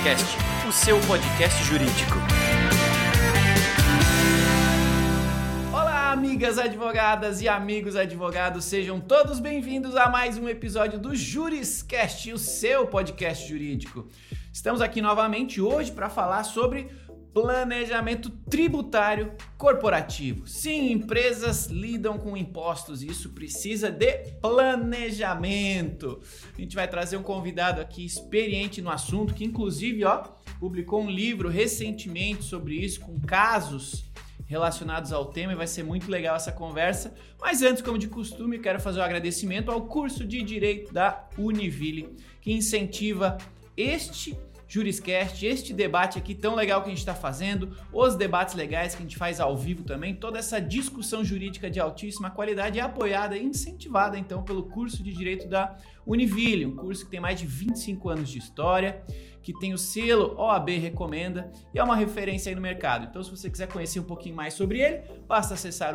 Juriscast, o seu podcast jurídico. Olá, amigas advogadas e amigos advogados, sejam todos bem-vindos a mais um episódio do Juriscast, o seu podcast jurídico. Estamos aqui novamente hoje para falar sobre planejamento tributário corporativo. Sim, empresas lidam com impostos e isso precisa de planejamento. A gente vai trazer um convidado aqui experiente no assunto, que inclusive publicou um livro recentemente sobre isso, com casos relacionados ao tema, e vai ser muito legal essa conversa. Mas antes, como de costume, quero fazer um agradecimento ao curso de Direito da Univille, que incentiva este Juriscast, este debate aqui tão legal que a gente está fazendo, os debates legais que a gente faz ao vivo também, toda essa discussão jurídica de altíssima qualidade é apoiada e incentivada então pelo curso de Direito da Univille, um curso que tem mais de 25 anos de história, que tem o selo OAB Recomenda e é uma referência aí no mercado. Então, se você quiser conhecer um pouquinho mais sobre ele, basta acessar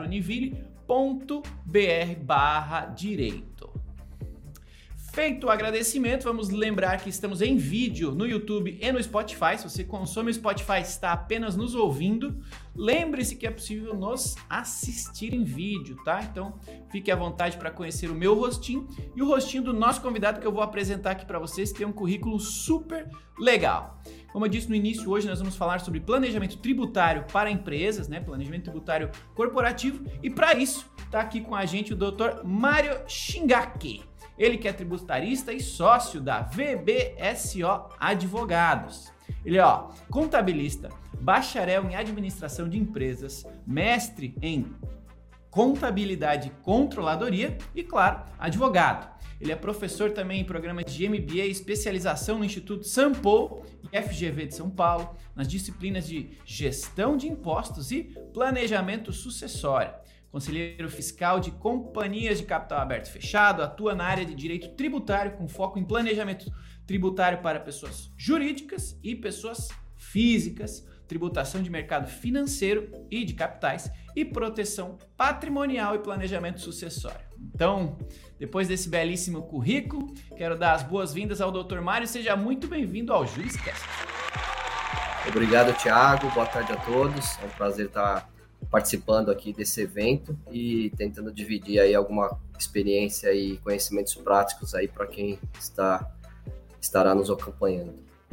univille.br/direito. Feito o agradecimento, vamos lembrar que estamos em vídeo no YouTube e no Spotify. Se você consome o Spotify e está apenas nos ouvindo, lembre-se que é possível nos assistir em vídeo, tá? Então, fique à vontade para conhecer o meu rostinho e o rostinho do nosso convidado que eu vou apresentar aqui para vocês, que tem um currículo super legal. Como eu disse no início, hoje nós vamos falar sobre planejamento tributário para empresas, né? Planejamento tributário corporativo, e para isso está aqui com a gente o Dr. Mário Shingaki. Ele que é tributarista e sócio da VBSO Advogados. Ele é contabilista, bacharel em administração de empresas, mestre em contabilidade e controladoria e, claro, advogado. Ele é professor também em programas de MBA e especialização no Instituto Sampo e FGV de São Paulo, nas disciplinas de gestão de impostos e planejamento sucessório. Conselheiro fiscal de companhias de capital aberto e fechado, atua na área de direito tributário com foco em planejamento tributário para pessoas jurídicas e pessoas físicas, tributação de mercado financeiro e de capitais e proteção patrimonial e planejamento sucessório. Então, depois desse belíssimo currículo, quero dar as boas-vindas ao Dr. Mário. Seja muito bem-vindo ao Juriscast. Obrigado, Thiago. Boa tarde a todos. É um prazer estar participando aqui desse evento e tentando dividir aí alguma experiência e conhecimentos práticos aí para quem estará nos acompanhando.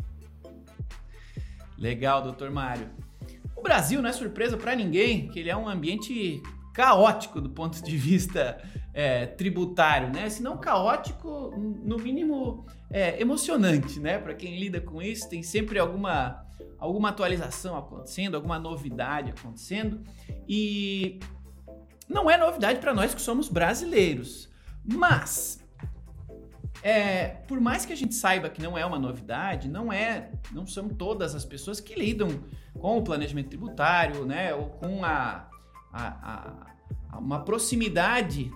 Legal, Dr. Mário. O Brasil não é surpresa para ninguém que ele é um ambiente caótico do ponto de vista tributário, né? Se não caótico, no mínimo emocionante, né? Para quem lida com isso, tem sempre alguma atualização acontecendo, alguma novidade acontecendo, e não é novidade para nós que somos brasileiros, mas por mais que a gente saiba que não é uma novidade, não são todas as pessoas que lidam com o planejamento tributário, né, ou com uma proximidade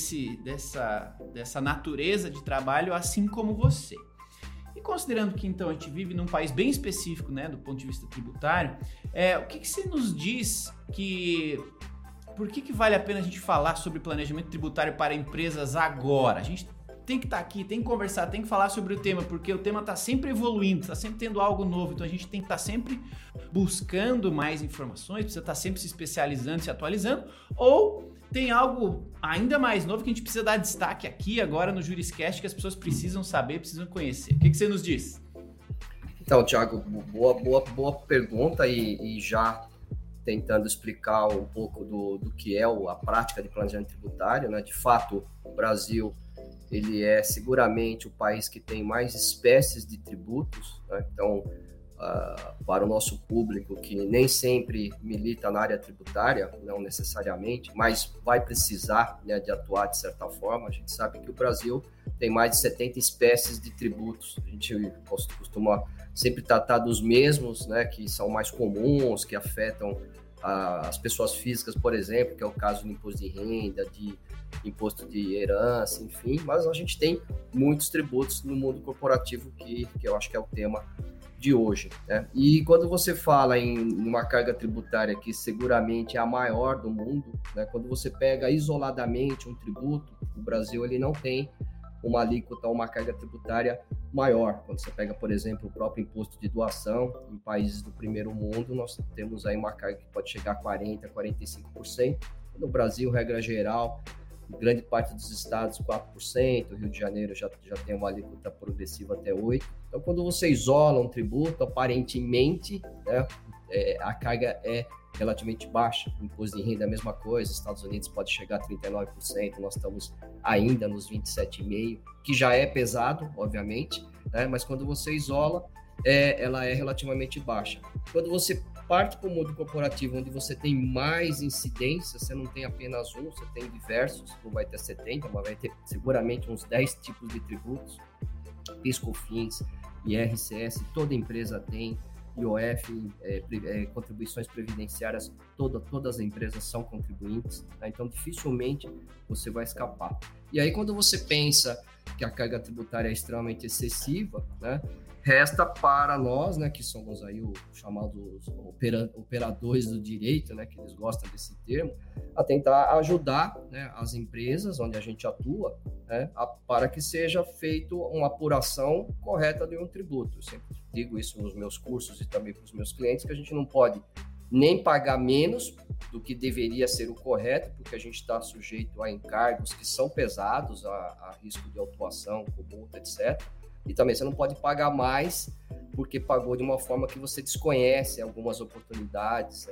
dessa natureza de trabalho, assim como você. E considerando que, então, a gente vive num país bem específico, né, do ponto de vista tributário, o que você nos diz por que vale a pena a gente falar sobre planejamento tributário para empresas agora? A gente tem que estar aqui, tem que conversar, tem que falar sobre o tema, porque o tema está sempre evoluindo, está sempre tendo algo novo, então a gente tem que estar sempre buscando mais informações, precisa estar sempre se especializando, se atualizando, ou tem algo ainda mais novo que a gente precisa dar destaque aqui agora no Juriscast, que as pessoas precisam saber, precisam conhecer. O que você nos diz? Então, Thiago, boa pergunta, e já tentando explicar um pouco do que é a prática de planejamento tributário, né? De fato, o Brasil ele é seguramente o país que tem mais espécies de tributos, né? Então, para o nosso público que nem sempre milita na área tributária, não necessariamente, mas vai precisar, né, de atuar de certa forma, a gente sabe que o Brasil tem mais de 70 espécies de tributos. A gente costuma sempre tratar dos mesmos, né, que são mais comuns, que afetam as pessoas físicas, por exemplo, que é o caso do imposto de renda, de imposto de herança, enfim, mas a gente tem muitos tributos no mundo corporativo que eu acho que é o tema de hoje, né? E quando você fala em uma carga tributária que seguramente é a maior do mundo, né? Quando você pega isoladamente um tributo, o Brasil ele não tem uma alíquota, uma carga tributária maior. Quando você pega, por exemplo, o próprio imposto de doação, em países do primeiro mundo, nós temos aí uma carga que pode chegar a 40%, 45%. No Brasil, regra geral, grande parte dos estados 4%, o Rio de Janeiro já tem uma alíquota progressiva até 8%. Então, quando você isola um tributo, aparentemente, né, a carga é relativamente baixa. O imposto de renda é a mesma coisa, Estados Unidos pode chegar a 39%, nós estamos ainda nos 27,5%, que já é pesado, obviamente, né, mas quando você isola, ela é relativamente baixa. Quando você parte para o mundo corporativo, onde você tem mais incidência, você não tem apenas um, você tem diversos, não vai ter 70, mas vai ter seguramente uns 10 tipos de tributos, PIS, COFINS, IRCS, toda empresa tem, IOF, contribuições previdenciárias, todas as empresas são contribuintes, né? Então dificilmente você vai escapar. E aí quando você pensa que a carga tributária é extremamente excessiva, né, resta para nós, né, que somos aí os chamados operadores do direito, né, que eles gostam desse termo, a tentar ajudar, né, as empresas onde a gente atua, né, para que seja feita uma apuração correta de um tributo. Eu sempre digo isso nos meus cursos e também para os meus clientes, que a gente não pode nem pagar menos do que deveria ser o correto, porque a gente está sujeito a encargos que são pesados, a risco de autuação, multa, etc., e também você não pode pagar mais porque pagou de uma forma que você desconhece algumas oportunidades,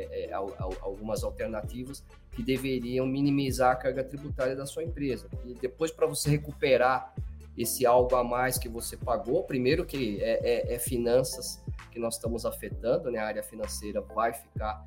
algumas alternativas que deveriam minimizar a carga tributária da sua empresa. E depois, para você recuperar esse algo a mais que você pagou, primeiro que é finanças que nós estamos afetando, né? A área financeira vai ficar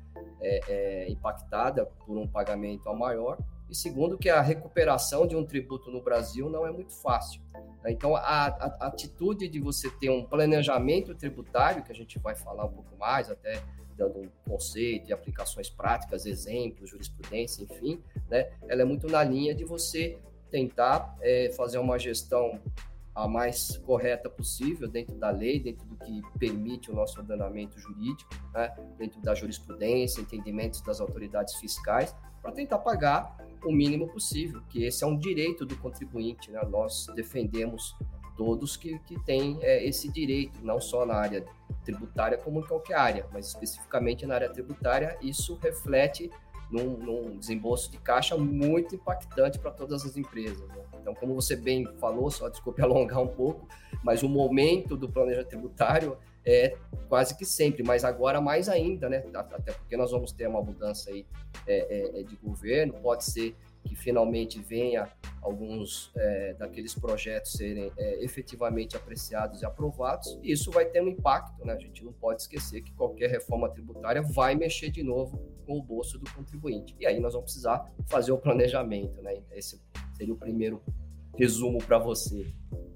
impactada por um pagamento a maior. E segundo, que a recuperação de um tributo no Brasil não é muito fácil. Então, a atitude de você ter um planejamento tributário, que a gente vai falar um pouco mais, até dando um conceito e aplicações práticas, exemplos, jurisprudência, enfim, né, ela é muito na linha de você tentar fazer uma gestão a mais correta possível, dentro da lei, dentro do que permite o nosso ordenamento jurídico, né, dentro da jurisprudência, entendimentos das autoridades fiscais, para tentar pagar o mínimo possível, que esse é um direito do contribuinte, né? Nós defendemos todos que têm esse direito, não só na área tributária como em qualquer área, mas especificamente na área tributária, isso reflete num desembolso de caixa muito impactante para todas as empresas, né? Então, como você bem falou, só desculpe alongar um pouco, mas o momento do planejamento tributário é quase que sempre, mas agora mais ainda, né? Até porque nós vamos ter uma mudança aí de governo, pode ser que finalmente venha alguns daqueles projetos serem efetivamente apreciados e aprovados, e isso vai ter um impacto, né? A gente não pode esquecer que qualquer reforma tributária vai mexer de novo com o bolso do contribuinte, e aí nós vamos precisar fazer o planejamento, né? Esse seria o primeiro resumo para você.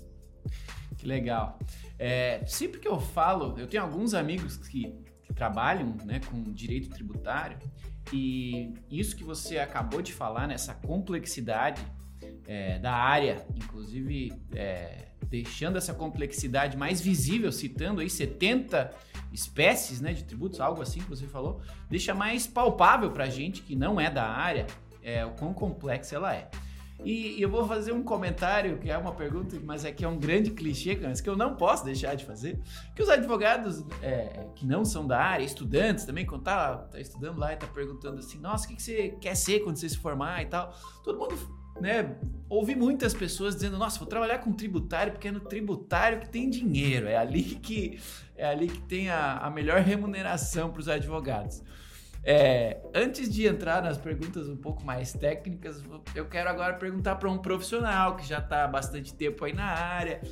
Que legal. Sempre que eu falo, eu tenho alguns amigos que trabalham, né, com direito tributário, e isso que você acabou de falar, nessa complexidade da área, inclusive deixando essa complexidade mais visível, citando aí 70 espécies, né, de tributos, algo assim que você falou, deixa mais palpável para a gente que não é da área o quão complexa ela é. E eu vou fazer um comentário, que é uma pergunta, mas que é um grande clichê, mas que eu não posso deixar de fazer, que os advogados que não são da área, estudantes também, quando tá estudando lá e tá perguntando assim, nossa, o que você quer ser quando você se formar e tal, todo mundo, né, ouvi muitas pessoas dizendo, nossa, vou trabalhar com tributário, porque é no tributário que tem dinheiro, é ali que tem a melhor remuneração para os advogados. Antes de entrar nas perguntas um pouco mais técnicas, eu quero agora perguntar para um profissional que já está há bastante tempo aí na área.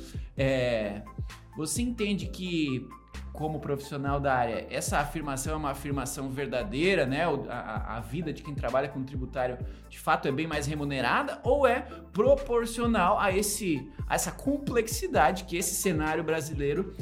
Você entende que, como profissional da área, essa afirmação é uma afirmação verdadeira, né? A vida de quem trabalha com tributário de fato é bem mais remunerada, ou é proporcional a essa complexidade que esse cenário brasileiro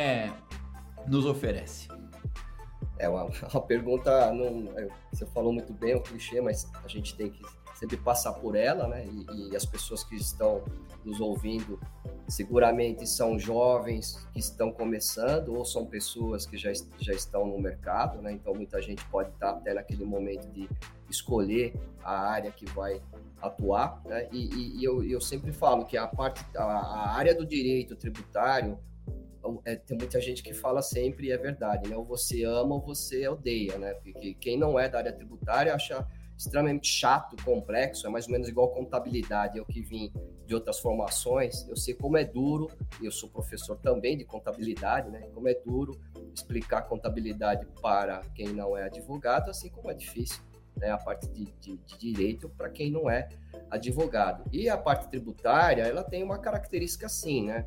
nos oferece? É uma pergunta, você falou muito bem, é um clichê, mas a gente tem que sempre passar por ela, né? E as pessoas que estão nos ouvindo seguramente são jovens que estão começando ou são pessoas que já estão no mercado, né? Então muita gente pode estar até naquele momento de escolher a área que vai atuar, né? E eu sempre falo que a área do direito tributário, tem muita gente que fala sempre, e é verdade, né? Ou você ama ou você odeia, né? Porque quem não é da área tributária acha extremamente chato, complexo, é mais ou menos igual contabilidade. Eu que vim de outras formações, eu sei como é duro, eu sou professor também de contabilidade, né? Como é duro explicar contabilidade para quem não é advogado, assim como é difícil, né? A parte de direito para quem não é advogado. E a parte tributária, ela tem uma característica assim, né?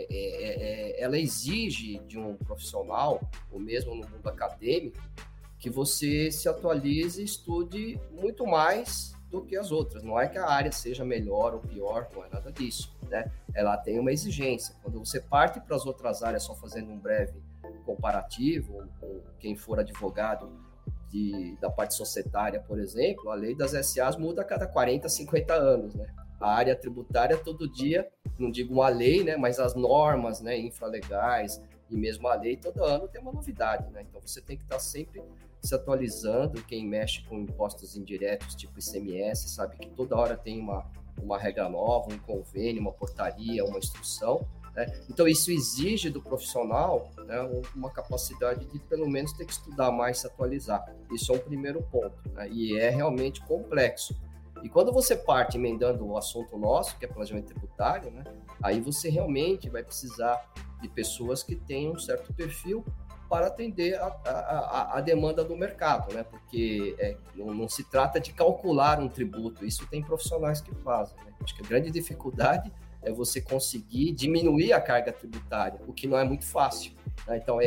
Ela exige de um profissional, ou mesmo no mundo acadêmico, que você se atualize e estude muito mais do que as outras. Não é que a área seja melhor ou pior, não é nada disso, né? Ela tem uma exigência. Quando você parte para as outras áreas só fazendo um breve comparativo, ou quem for advogado da parte societária, por exemplo, a lei das SAs muda a cada 40, 50 anos, né? A área tributária, todo dia, não digo uma lei, né, mas as normas, né, infralegais e mesmo a lei, todo ano tem uma novidade, né? Então você tem que estar sempre se atualizando. Quem mexe com impostos indiretos, tipo ICMS, sabe que toda hora tem uma regra nova, um convênio, uma portaria, uma instrução, né? Então isso exige do profissional, né, uma capacidade de pelo menos ter que estudar mais, se atualizar. Isso é um primeiro ponto, né? E é realmente complexo. E quando você parte emendando o assunto nosso, que é planejamento tributário, né, aí você realmente vai precisar de pessoas que tenham um certo perfil para atender a demanda do mercado, né? Porque não se trata de calcular um tributo, isso tem profissionais que fazem, né? Acho que a grande dificuldade é você conseguir diminuir a carga tributária, o que não é muito fácil, né? Então,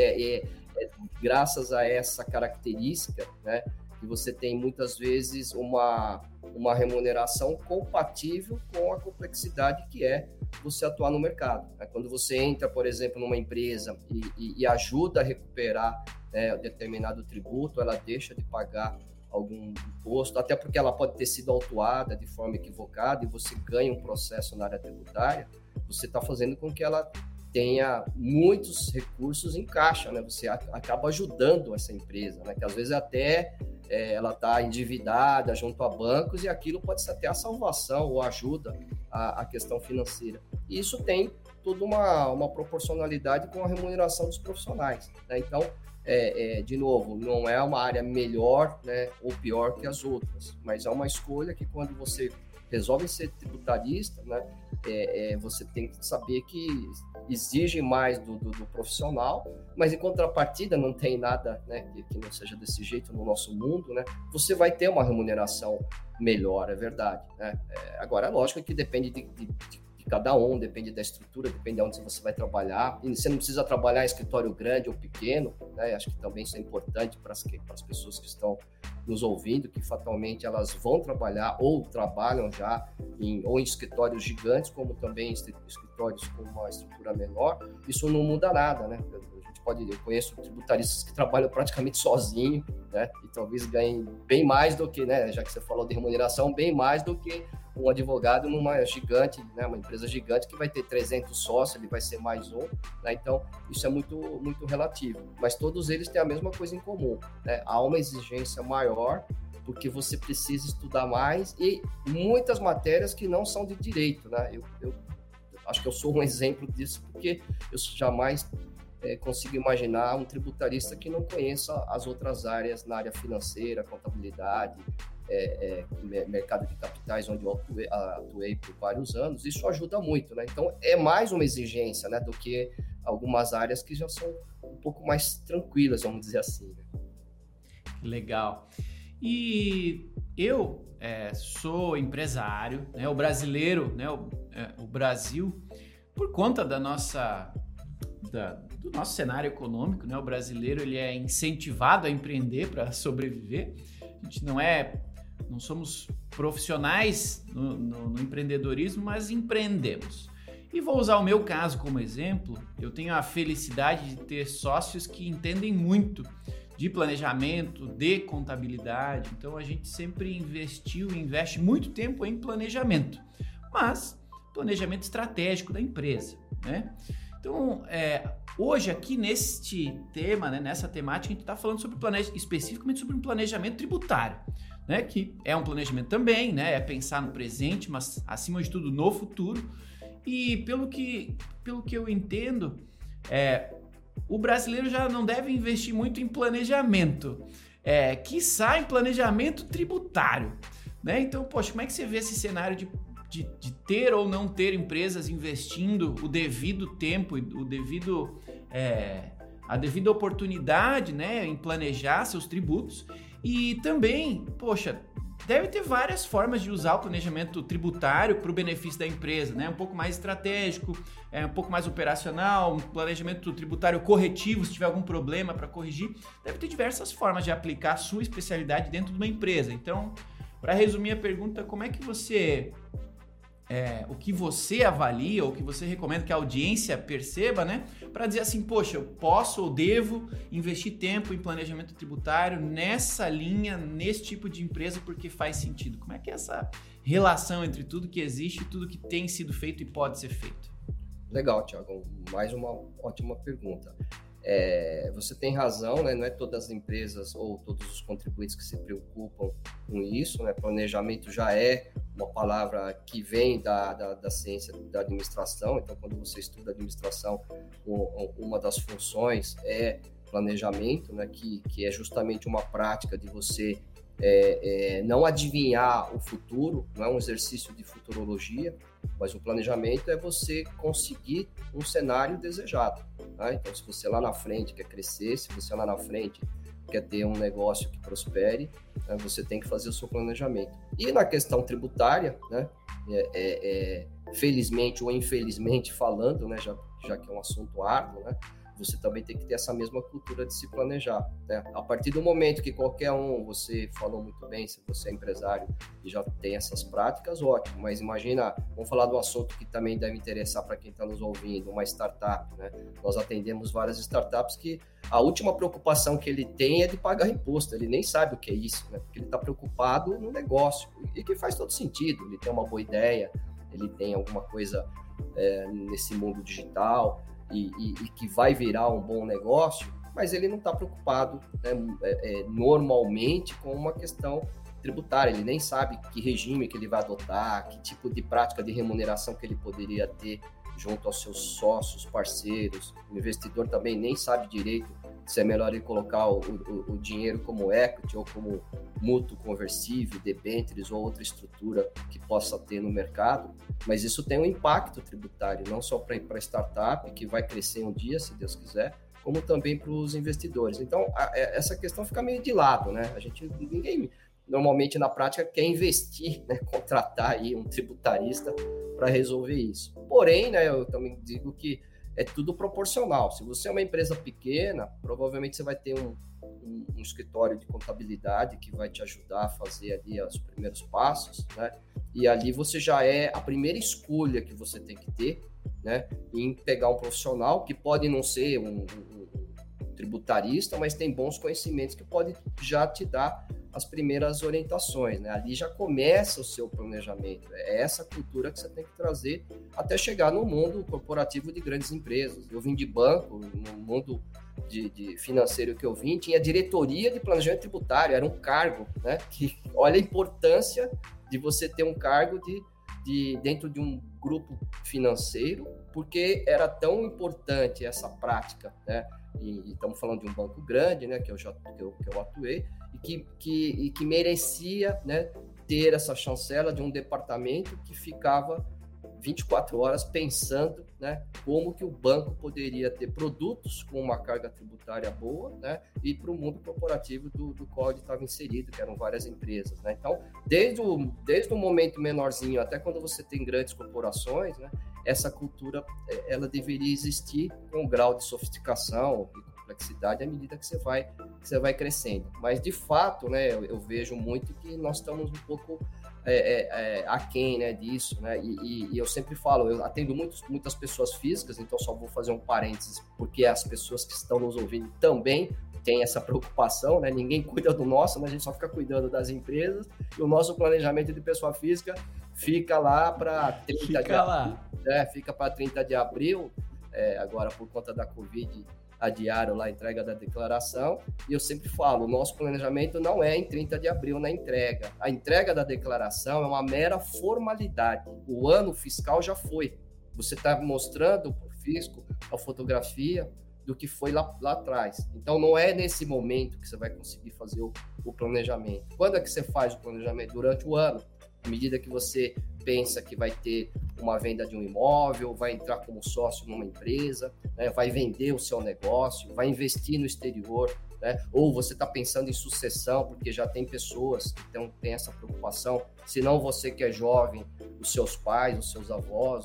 graças a essa característica, né, que você tem muitas vezes uma remuneração compatível com a complexidade que é você atuar no mercado, né? Quando você entra, por exemplo, numa empresa e ajuda a recuperar, né, determinado tributo, ela deixa de pagar algum imposto, até porque ela pode ter sido autuada de forma equivocada e você ganha um processo na área tributária, você está fazendo com que ela tenha muitos recursos em caixa, né? Você acaba ajudando essa empresa, né? Que às vezes até ela está endividada junto a bancos e aquilo pode ser até a salvação ou ajuda a questão financeira. E isso tem toda uma proporcionalidade com a remuneração dos profissionais, né? Então, de novo, não é uma área melhor, né, ou pior que as outras, mas é uma escolha que quando você resolve ser tributarista, né, você tem que saber que exige mais do profissional, mas em contrapartida não tem nada, né, que não seja desse jeito no nosso mundo, né, você vai ter uma remuneração melhor, é verdade, né? Agora, é lógico que depende de cada um, depende da estrutura, depende de onde você vai trabalhar, e você não precisa trabalhar em escritório grande ou pequeno, né? Acho que também isso é importante para as pessoas que estão nos ouvindo, que fatalmente elas vão trabalhar ou trabalham já em escritórios gigantes, como também escritórios com uma estrutura menor. Isso não muda nada, né? Eu conheço tributaristas que trabalham praticamente sozinho, né? E talvez ganhem bem mais do que, né? Já que você falou de remuneração, bem mais do que um advogado numa gigante, né? Uma empresa gigante que vai ter 300 sócios, ele vai ser mais um, né? Então, isso é muito, muito relativo. Mas todos eles têm a mesma coisa em comum, né? Há uma exigência maior, porque você precisa estudar mais e muitas matérias que não são de direito, né? Eu acho que eu sou um exemplo disso, porque eu jamais consigo imaginar um tributarista que não conheça as outras áreas na área financeira, contabilidade, mercado de capitais, onde eu atuei por vários anos. Isso ajuda muito, né? Então, é mais uma exigência, né, do que algumas áreas que já são um pouco mais tranquilas, vamos dizer assim, né? Legal. E eu sou empresário, né? O brasileiro, né? O Brasil, por conta do nosso cenário econômico, né? O brasileiro, ele é incentivado a empreender para sobreviver. A gente não somos profissionais no empreendedorismo, mas empreendemos. E vou usar o meu caso como exemplo. Eu tenho a felicidade de ter sócios que entendem muito de planejamento, de contabilidade. Então a gente sempre investe muito tempo em planejamento. Mas planejamento estratégico da empresa, né? Então, hoje aqui neste tema, né, nessa temática, a gente está falando sobre especificamente sobre um planejamento tributário, né, que é um planejamento também, né, é pensar no presente, mas acima de tudo no futuro. E pelo que eu entendo, o brasileiro já não deve investir muito em planejamento, quiçá em planejamento tributário, né? Então, poxa, como é que você vê esse cenário de ter ou não ter empresas investindo o devido tempo, a devida oportunidade, né, em planejar seus tributos? E também, poxa, deve ter várias formas de usar o planejamento tributário para o benefício da empresa, né? Um pouco mais estratégico, um pouco mais operacional, um planejamento tributário corretivo, se tiver algum problema para corrigir. Deve ter diversas formas de aplicar a sua especialidade dentro de uma empresa. Então, para resumir a pergunta, como é que você... o que você avalia, ou o que você recomenda que a audiência perceba, né? Para dizer assim, poxa, eu posso ou devo investir tempo em planejamento tributário nessa linha, nesse tipo de empresa, porque faz sentido. Como é que é essa relação entre tudo que existe e tudo que tem sido feito e pode ser feito? Legal, Thiago. Mais uma ótima pergunta. Você tem razão, né? Não é todas as empresas ou todos os contribuintes que se preocupam com isso, né? Planejamento já é uma palavra que vem da ciência da administração. Então, quando você estuda administração, uma das funções é planejamento, né? Que é justamente uma prática de você não adivinhar o futuro, não é um exercício de futurologia, mas o planejamento é você conseguir um cenário desejado. Tá? Então, se você lá na frente quer crescer, se você lá na frente quer ter um negócio que prospere, né, você tem que fazer o seu planejamento. E na questão tributária, né, felizmente ou infelizmente falando, né, já que é um assunto árduo, né, você também tem que ter essa mesma cultura de se planejar, né? A partir do momento que qualquer você falou muito bem, se você é empresário e já tem essas práticas, ótimo, mas imagina, vamos falar do assunto que também deve interessar para quem está nos ouvindo, uma startup, né? Nós atendemos várias startups que a última preocupação que ele tem é de pagar imposto, ele nem sabe o que é isso, né? Porque ele está preocupado no negócio, e que faz todo sentido, ele tem uma boa ideia, ele tem alguma coisa nesse mundo digital, e que vai virar um bom negócio, mas ele não está preocupado, né, normalmente com uma questão tributária, ele nem sabe que regime que ele vai adotar, que tipo de prática de remuneração que ele poderia ter junto aos seus sócios, parceiros. O investidor também nem sabe direito se é melhor ele colocar o dinheiro como equity ou como mútuo conversível, debêntures ou outra estrutura que possa ter no mercado, mas isso tem um impacto tributário, não só para a startup, que vai crescer um dia, se Deus quiser, como também para os investidores. Então, essa questão fica meio de lado, né? Ninguém normalmente na prática quer investir, né? Contratar aí um tributarista para resolver isso. Porém, né, eu também digo que é tudo proporcional. Se você é uma empresa pequena, provavelmente você vai ter um escritório de contabilidade que vai te ajudar a fazer ali os primeiros passos, né? E ali você já é a primeira escolha que você tem que ter, né? Em pegar um profissional que pode não ser um tributarista, mas tem bons conhecimentos que pode já te dar as primeiras orientações, né? Ali já começa o seu planejamento. É essa cultura que você tem que trazer até chegar no mundo corporativo de grandes empresas. Eu vim de banco, no mundo de financeiro que eu vim, tinha diretoria de planejamento tributário, era um cargo, né? Que, olha a importância de você ter um cargo dentro de um grupo financeiro, porque era tão importante essa prática, né? E estamos falando de um banco grande, né? Que eu atuei, e que merecia, né, ter essa chancela de um departamento que ficava 24 horas pensando, né, como que o banco poderia ter produtos com uma carga tributária boa, né, e para o mundo corporativo do qual ele estava inserido, que eram várias empresas, né? Então, desde o momento menorzinho até quando você tem grandes corporações, né, essa cultura ela deveria existir com um grau de sofisticação e complexidade à medida que você vai crescendo. Mas, de fato, né, eu vejo muito que nós estamos um pouco aquém, né, disso, né? E eu sempre falo, eu atendo muitas pessoas físicas, então só vou fazer um parênteses, porque as pessoas que estão nos ouvindo também têm essa preocupação, né? Ninguém cuida do nosso, mas a gente só fica cuidando das empresas, e o nosso planejamento de pessoa física fica lá para 30 Fica de abril. lá. Fica para 30 de abril, agora por conta da Covid, adiaram lá a entrega da declaração, e eu sempre falo, o nosso planejamento não é em 30 de abril na entrega. A entrega da declaração é uma mera formalidade. O ano fiscal já foi. Você está mostrando para o fisco a fotografia do que foi lá atrás. Então, não é nesse momento que você vai conseguir fazer o planejamento. Quando é que você faz o planejamento? Durante o ano. À medida que você pensa que vai ter uma venda de um imóvel, vai entrar como sócio numa empresa, né, vai vender o seu negócio, vai investir no exterior, né, ou você está pensando em sucessão, porque já tem pessoas que têm essa preocupação, se não você que é jovem, os seus pais, os seus avós,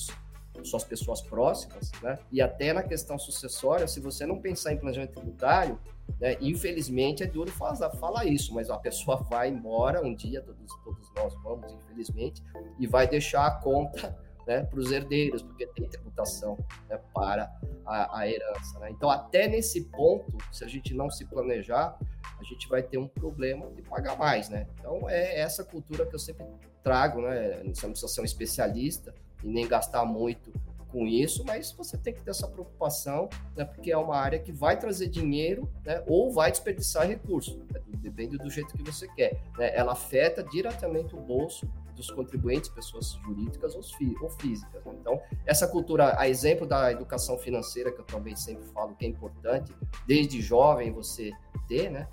suas pessoas próximas, né, e até na questão sucessória, se você não pensar em planejamento tributário, né, infelizmente é duro falar isso, mas a pessoa vai embora um dia, todos nós vamos, infelizmente, e vai deixar a conta, né, para os herdeiros, porque tem tributação, né, para a herança. Né? Então, até nesse ponto, se a gente não se planejar, a gente vai ter um problema de pagar mais. Né? Então, é essa cultura que eu sempre trago, né? Você não precisa ser um especialista e nem gastar muito com isso, mas você tem que ter essa preocupação, né, porque é uma área que vai trazer dinheiro, né, ou vai desperdiçar recursos, né, depende do jeito que você quer. Né, ela afeta diretamente o bolso dos contribuintes, pessoas jurídicas ou físicas. Né? Então, essa cultura, a exemplo da educação financeira, que eu também sempre falo que é importante, desde jovem você ter, né,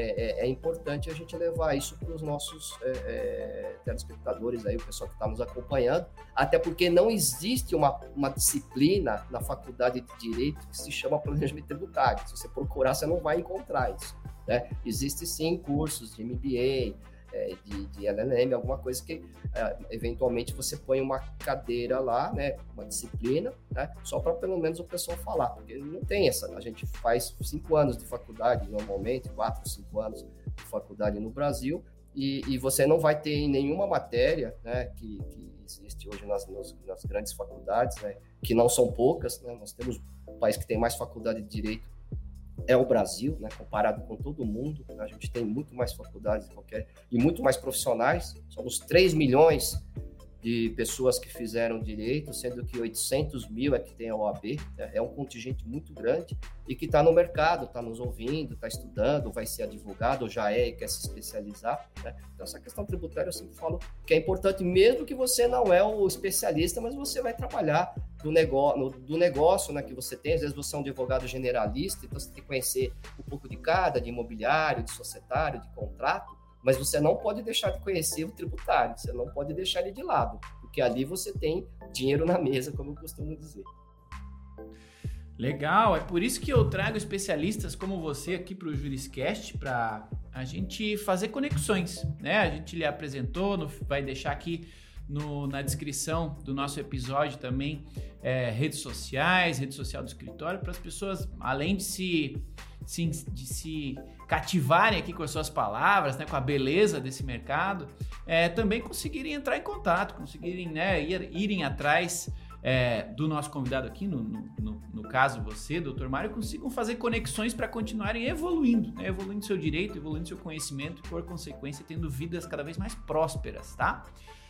é importante a gente levar isso para os nossos telespectadores, aí, o pessoal que está nos acompanhando, até porque não existe uma disciplina na faculdade de Direito que se chama planejamento tributário. Se você procurar, você não vai encontrar isso. Né? Existem sim cursos de MBA, de LLM, alguma coisa que eventualmente você põe uma cadeira lá, né, uma disciplina, né, só para pelo menos o pessoal falar, porque não tem essa, a gente faz 5 anos de faculdade normalmente, 4, 5 anos de faculdade no Brasil, e você não vai ter em nenhuma matéria, né, que existe hoje nas grandes faculdades, né, que não são poucas, né, nós temos um país que tem mais faculdade de Direito, é o Brasil, né, comparado com todo mundo, né, a gente tem muito mais faculdades e muito mais profissionais, somos 3 milhões de pessoas que fizeram direito, sendo que 800 mil é que tem a OAB, né, é um contingente muito grande e que está no mercado, está nos ouvindo, está estudando, vai ser advogado, ou já e quer se especializar. Né? Então, essa questão tributária eu sempre falo que é importante, mesmo que você não é o especialista, mas você vai trabalhar do negócio, né, que você tem. Às vezes você é um advogado generalista, então você tem que conhecer um pouco de cada, de imobiliário, de societário, de contrato, mas você não pode deixar de conhecer o tributário, você não pode deixar ele de lado, porque ali você tem dinheiro na mesa, como eu costumo dizer. Legal, é por isso que eu trago especialistas como você aqui para o Juriscast, para a gente fazer conexões, né? A gente lhe apresentou, vai deixar aqui na descrição do nosso episódio também redes sociais, rede social do escritório, para as pessoas, além de se cativarem aqui com as suas palavras, né, com a beleza desse mercado, também conseguirem entrar em contato, conseguirem, né, irem atrás do nosso convidado aqui, no caso você, doutor Mário, consigam fazer conexões para continuarem evoluindo, né, evoluindo seu direito, evoluindo seu conhecimento e, por consequência, tendo vidas cada vez mais prósperas, tá?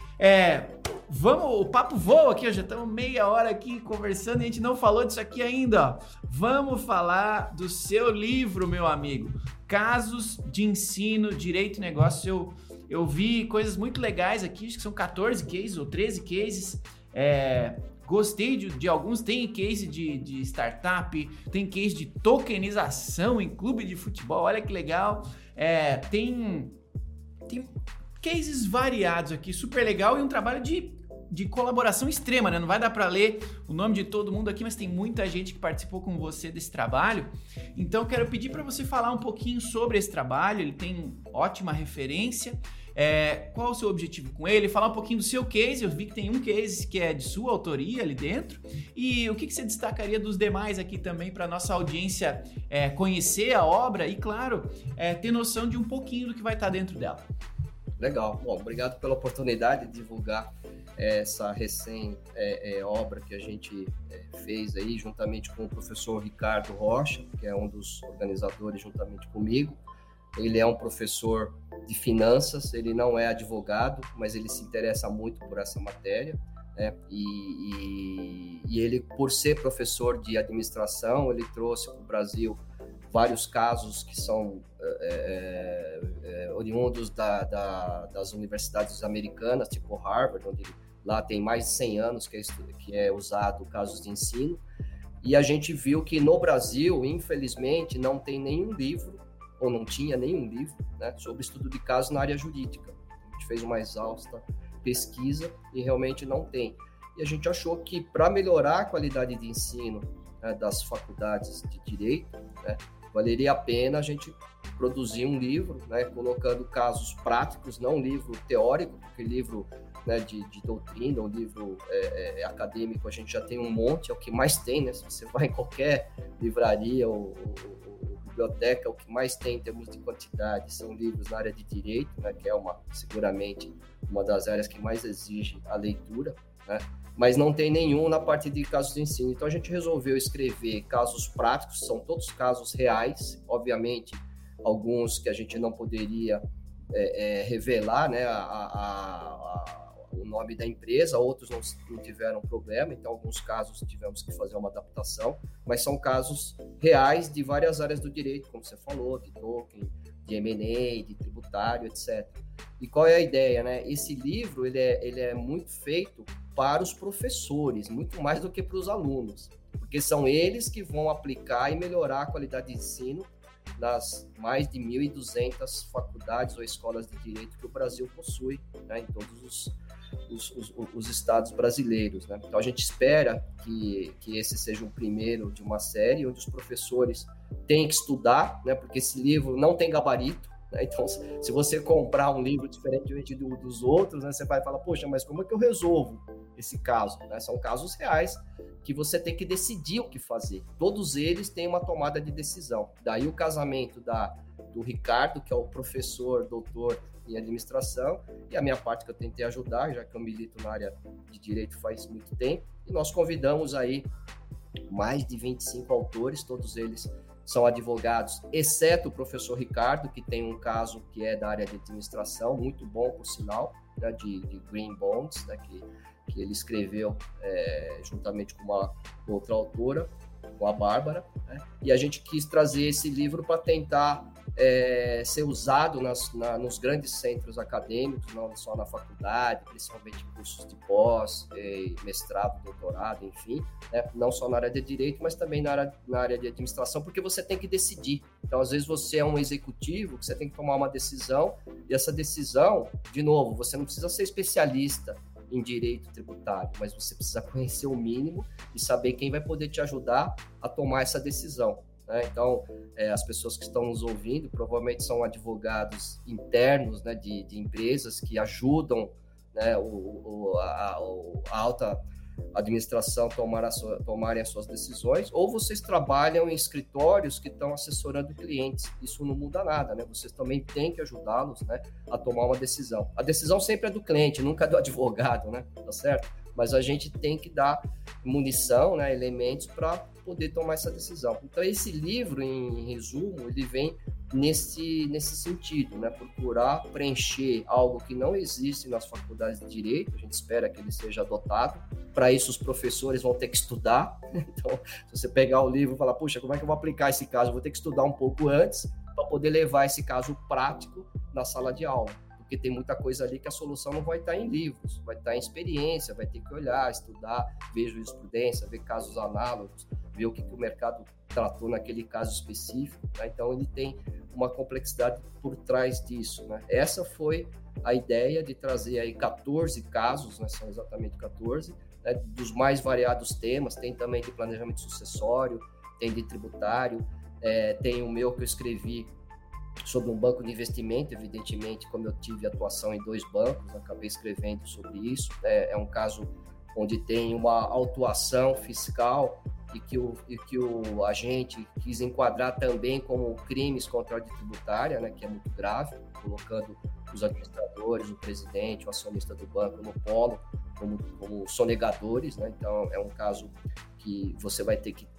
O papo voa aqui, já estamos meia hora aqui conversando e a gente não falou disso aqui ainda, ó. Vamos falar do seu livro, meu amigo, Casos de Ensino, Direito e Negócio. Eu vi coisas muito legais aqui, acho que são 14 cases ou 13 cases, gostei de alguns, tem case de startup, tem case de tokenização em clube de futebol, olha que legal, tem cases variados aqui, super legal, e um trabalho de colaboração extrema, né? Não vai dar para ler o nome de todo mundo aqui, mas tem muita gente que participou com você desse trabalho. Então, quero pedir para você falar um pouquinho sobre esse trabalho, ele tem ótima referência. Qual o seu objetivo com ele? Falar um pouquinho do seu case, eu vi que tem um case que é de sua autoria ali dentro, e o que você destacaria dos demais aqui também para nossa audiência conhecer a obra e, claro, ter noção de um pouquinho do que vai estar dentro dela. Legal. Bom, obrigado pela oportunidade de divulgar essa obra que a gente fez aí, juntamente com o professor Ricardo Rocha, que é um dos organizadores, juntamente comigo. ele é um professor de finanças, ele não é advogado, mas ele se interessa muito por essa matéria, né? E ele, por ser professor de administração, ele trouxe para o Brasil vários casos que são oriundos das universidades americanas, tipo Harvard, onde lá tem mais de 100 anos que é usado casos de ensino. E a gente viu que no Brasil, infelizmente, não tem nenhum livro, ou não tinha nenhum livro, né, sobre estudo de casos na área jurídica. A gente fez uma exausta pesquisa e realmente não tem. E a gente achou que para melhorar a qualidade de ensino, né, das faculdades de direito, né, valeria a pena a gente produzir um livro, né, colocando casos práticos, não um livro teórico, porque livro, né, de doutrina, um livro acadêmico a gente já tem um monte, é o que mais tem, né? Se você vai em qualquer livraria ou biblioteca, o que mais tem em termos de quantidade são livros na área de direito, né, que é seguramente uma das áreas que mais exige a leitura, né? Mas não tem nenhum na parte de casos de ensino. Então a gente resolveu escrever casos práticos, são todos casos reais, obviamente alguns que a gente não poderia revelar, né, o nome da empresa, outros não tiveram problema, então alguns casos tivemos que fazer uma adaptação, mas são casos reais de várias áreas do direito, como você falou, de token, de M&A, de tributário, etc. E qual é a ideia, né? Esse livro ele é muito feito para os professores, muito mais do que para os alunos, porque são eles que vão aplicar e melhorar a qualidade de ensino das mais de 1.200 faculdades ou escolas de direito que o Brasil possui, né, em todos os estados brasileiros, né? Então a gente espera que esse seja o primeiro de uma série onde os professores têm que estudar, né, porque esse livro não tem gabarito, né? Então se você comprar um livro diferente dos outros, né, você vai falar, poxa, mas como é que eu resolvo esse caso, né? São casos reais que você tem que decidir o que fazer. Todos eles têm uma tomada de decisão. Daí o casamento do Ricardo, que é o professor, doutor em administração, e a minha parte que eu tentei ajudar, já que eu milito na área de direito faz muito tempo, e nós convidamos aí mais de 25 autores, todos eles são advogados, exceto o professor Ricardo, que tem um caso que é da área de administração, muito bom, por sinal, né, de Green Bonds, né, que ele escreveu juntamente com uma outra autora, com a Bárbara, né? E a gente quis trazer esse livro para tentar ser usado nos grandes centros acadêmicos, não só na faculdade, principalmente cursos de pós, mestrado, doutorado, enfim, né? Não só na área de direito, mas também na área de administração, porque você tem que decidir. Então, às vezes, você é um executivo, que você tem que tomar uma decisão, e essa decisão, de novo, você não precisa ser especialista em direito tributário, mas você precisa conhecer o mínimo e saber quem vai poder te ajudar a tomar essa decisão, né? Então, as pessoas que estão nos ouvindo provavelmente são advogados internos, né, de empresas que ajudam, né, a alta administração tomarem as suas decisões, ou vocês trabalham em escritórios que estão assessorando clientes. Isso não muda nada, né? Vocês também têm que ajudá-los, né, a tomar uma decisão. A decisão sempre é do cliente, nunca é do advogado, né? Tá certo? Mas a gente tem que dar munição, né, elementos para poder tomar essa decisão. Então, esse livro, em resumo, ele vem nesse sentido, né? Procurar preencher algo que não existe nas faculdades de direito. A gente espera que ele seja adotado. Para isso, os professores vão ter que estudar. Então, se você pegar o livro e falar, puxa, como é que eu vou aplicar esse caso? Eu vou ter que estudar um pouco antes para poder levar esse caso prático na sala de aula. Porque tem muita coisa ali que a solução não vai estar em livros, vai estar em experiência, vai ter que olhar, estudar, ver jurisprudência, ver casos análogos, ver o que o mercado tratou naquele caso específico, né? Então ele tem uma complexidade por trás disso, né? Essa foi a ideia de trazer aí 14 casos, né? São exatamente 14, né? Dos mais variados temas, tem também de planejamento sucessório, tem de tributário, tem o meu que eu escrevi sobre um banco de investimento, evidentemente, como eu tive atuação em 2 bancos, acabei escrevendo sobre isso. É um caso onde tem uma autuação fiscal e que o agente quis enquadrar também como crimes contra a ordem tributária, né, que é muito grave, colocando os administradores, o presidente, o acionista do banco no polo como sonegadores, né? Então, é um caso que você vai ter que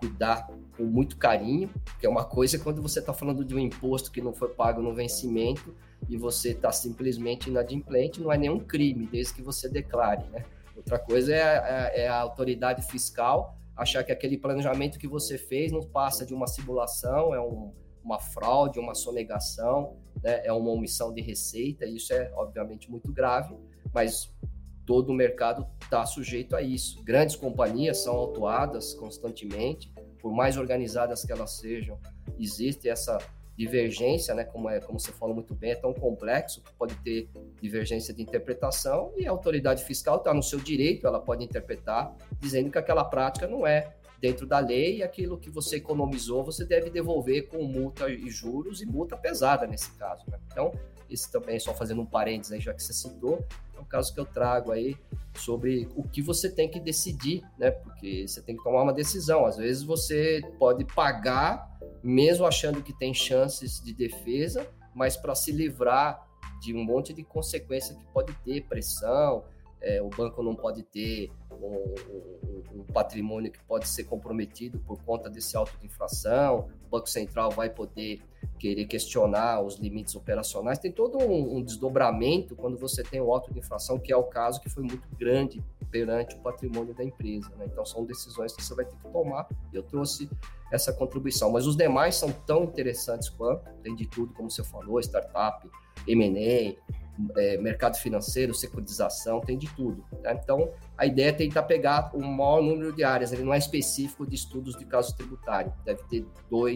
cuidar com muito carinho, porque é uma coisa quando você está falando de um imposto que não foi pago no vencimento e você está simplesmente inadimplente, não é nenhum crime, desde que você declare, né? Outra coisa é a autoridade fiscal achar que aquele planejamento que você fez não passa de uma simulação, é uma fraude, uma sonegação, né? É uma omissão de receita, isso é obviamente muito grave, mas todo o mercado está sujeito a isso. Grandes companhias são autuadas constantemente, por mais organizadas que elas sejam, existe essa divergência, né? Como você falou muito bem, é tão complexo que pode ter divergência de interpretação e a autoridade fiscal está no seu direito, ela pode interpretar dizendo que aquela prática não é dentro da lei e aquilo que você economizou você deve devolver com multa e juros e multa pesada nesse caso, né? Então, esse também, só fazendo um parênteses aí, já que você citou, é um caso que eu trago aí sobre o que você tem que decidir, né? Porque você tem que tomar uma decisão. Às vezes você pode pagar, mesmo achando que tem chances de defesa, mas para se livrar de um monte de consequência que pode ter, pressão, o banco não pode ter um patrimônio que pode ser comprometido por conta desse auto de infração, o Banco Central vai poder querer questionar os limites operacionais, tem todo um desdobramento quando você tem o auto de infração, que é o caso que foi muito grande perante o patrimônio da empresa, né? Então são decisões que você vai ter que tomar, e eu trouxe essa contribuição, mas os demais são tão interessantes quanto, tem de tudo, como você falou, startup, M&A, mercado financeiro, securitização, tem de tudo, né? Então a ideia é tentar pegar o maior número de áreas, ele não é específico de estudos de caso tributário, deve ter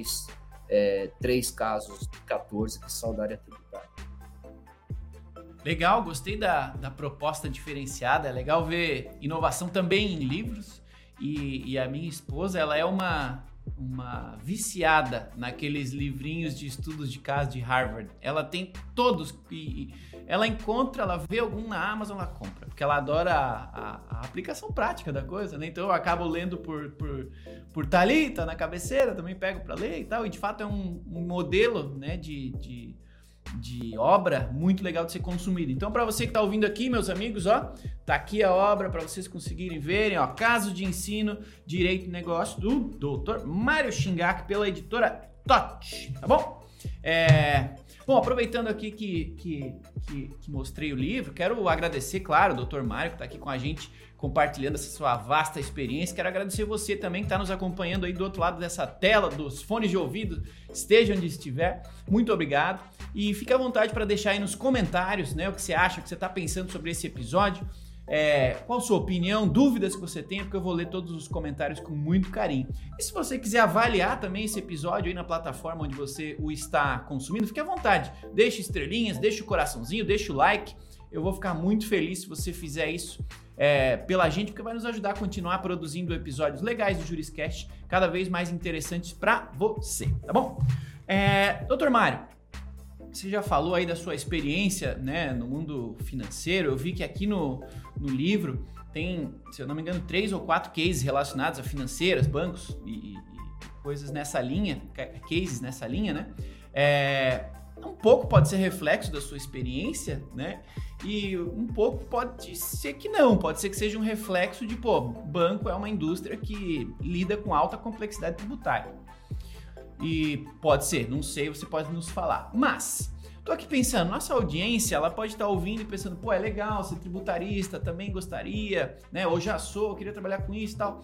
3 casos de 14 que são da área tributária. Legal, gostei da proposta diferenciada, é legal ver inovação também em livros, e a minha esposa, ela é uma viciada naqueles livrinhos de estudos de caso de Harvard. Ela tem todos, e ela encontra, ela vê algum na Amazon, ela compra, porque ela adora a aplicação prática da coisa, né? Então eu acabo lendo por tá ali, tá na cabeceira, também pego para ler e tal, e de fato é um modelo, né, de obra muito legal de ser consumido. Então, para você que está ouvindo aqui, meus amigos, ó, tá aqui a obra para vocês conseguirem verem, ó, Caso de Ensino, Direito e Negócio, do Dr. Mário Shingaki, pela editora TOT, tá bom? Bom, aproveitando aqui que mostrei o livro, quero agradecer, claro, o Dr. Mário, que está aqui com a gente, compartilhando essa sua vasta experiência. Quero agradecer você também que está nos acompanhando aí do outro lado dessa tela, dos fones de ouvido, esteja onde estiver. Muito obrigado. E fique à vontade para deixar aí nos comentários, né, o que você acha, o que você está pensando sobre esse episódio. Qual a sua opinião, dúvidas que você tem, porque eu vou ler todos os comentários com muito carinho. E se você quiser avaliar também esse episódio aí na plataforma onde você o está consumindo, fique à vontade. Deixe estrelinhas, deixe o coraçãozinho, deixe o like. Eu vou ficar muito feliz se você fizer isso pela gente, porque vai nos ajudar a continuar produzindo episódios legais do Juriscast, cada vez mais interessantes para você, tá bom? Dr. Mário, você já falou aí da sua experiência, né, no mundo financeiro. Eu vi que aqui no livro tem, se eu não me engano, 3 ou 4 cases relacionados a financeiras, bancos e coisas nessa linha, cases nessa linha, né? Um pouco pode ser reflexo da sua experiência, né? E um pouco pode ser que não, pode ser que seja um reflexo de, banco é uma indústria que lida com alta complexidade tributária. E pode ser, não sei, você pode nos falar. Mas, tô aqui pensando, nossa audiência, ela pode estar ouvindo e pensando, é legal ser tributarista, também gostaria, né? Ou já sou, queria trabalhar com isso e tal.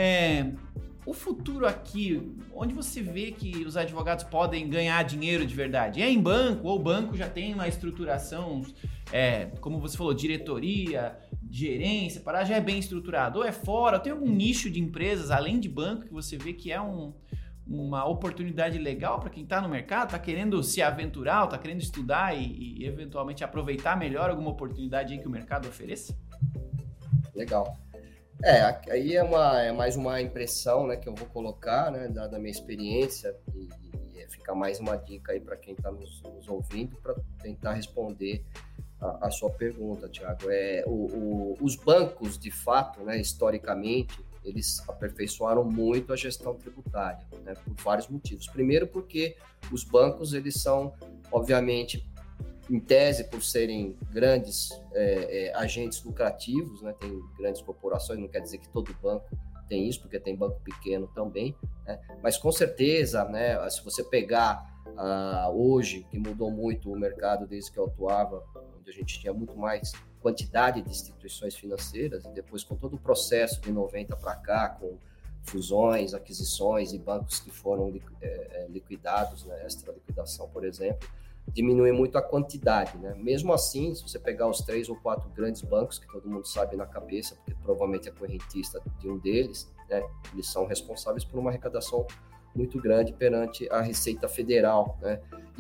O futuro aqui, onde você vê que os advogados podem ganhar dinheiro de verdade? É em banco, ou o banco já tem uma estruturação, como você falou, diretoria, gerência, já é bem estruturado, ou é fora, ou tem algum nicho de empresas, além de banco, que você vê que é uma oportunidade legal para quem está no mercado, está querendo se aventurar, está querendo estudar e eventualmente aproveitar melhor alguma oportunidade aí que o mercado ofereça? Legal. Aí é mais uma impressão, né, que eu vou colocar, né, dada a minha experiência, e fica mais uma dica aí para quem está nos ouvindo, para tentar responder a sua pergunta, Thiago. Os bancos, de fato, né, historicamente, eles aperfeiçoaram muito a gestão tributária, né, por vários motivos. Primeiro, porque os bancos, eles são, obviamente, em tese, por serem grandes agentes lucrativos, né, tem grandes corporações, não quer dizer que todo banco tem isso, porque tem banco pequeno também, né? Mas com certeza, né, se você pegar hoje, que mudou muito o mercado desde que eu atuava, onde a gente tinha muito mais quantidade de instituições financeiras, e depois com todo o processo de 90 para cá, com fusões, aquisições e bancos que foram liquidados, né, extra liquidação, por exemplo, diminui muito a quantidade, né? Mesmo assim, se você pegar os 3 ou 4 grandes bancos, que todo mundo sabe na cabeça, porque provavelmente é correntista de um deles, né, eles são responsáveis por uma arrecadação muito grande perante a Receita Federal, né?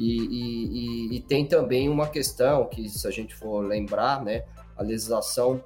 E tem também uma questão que, se a gente for lembrar, né, a legislação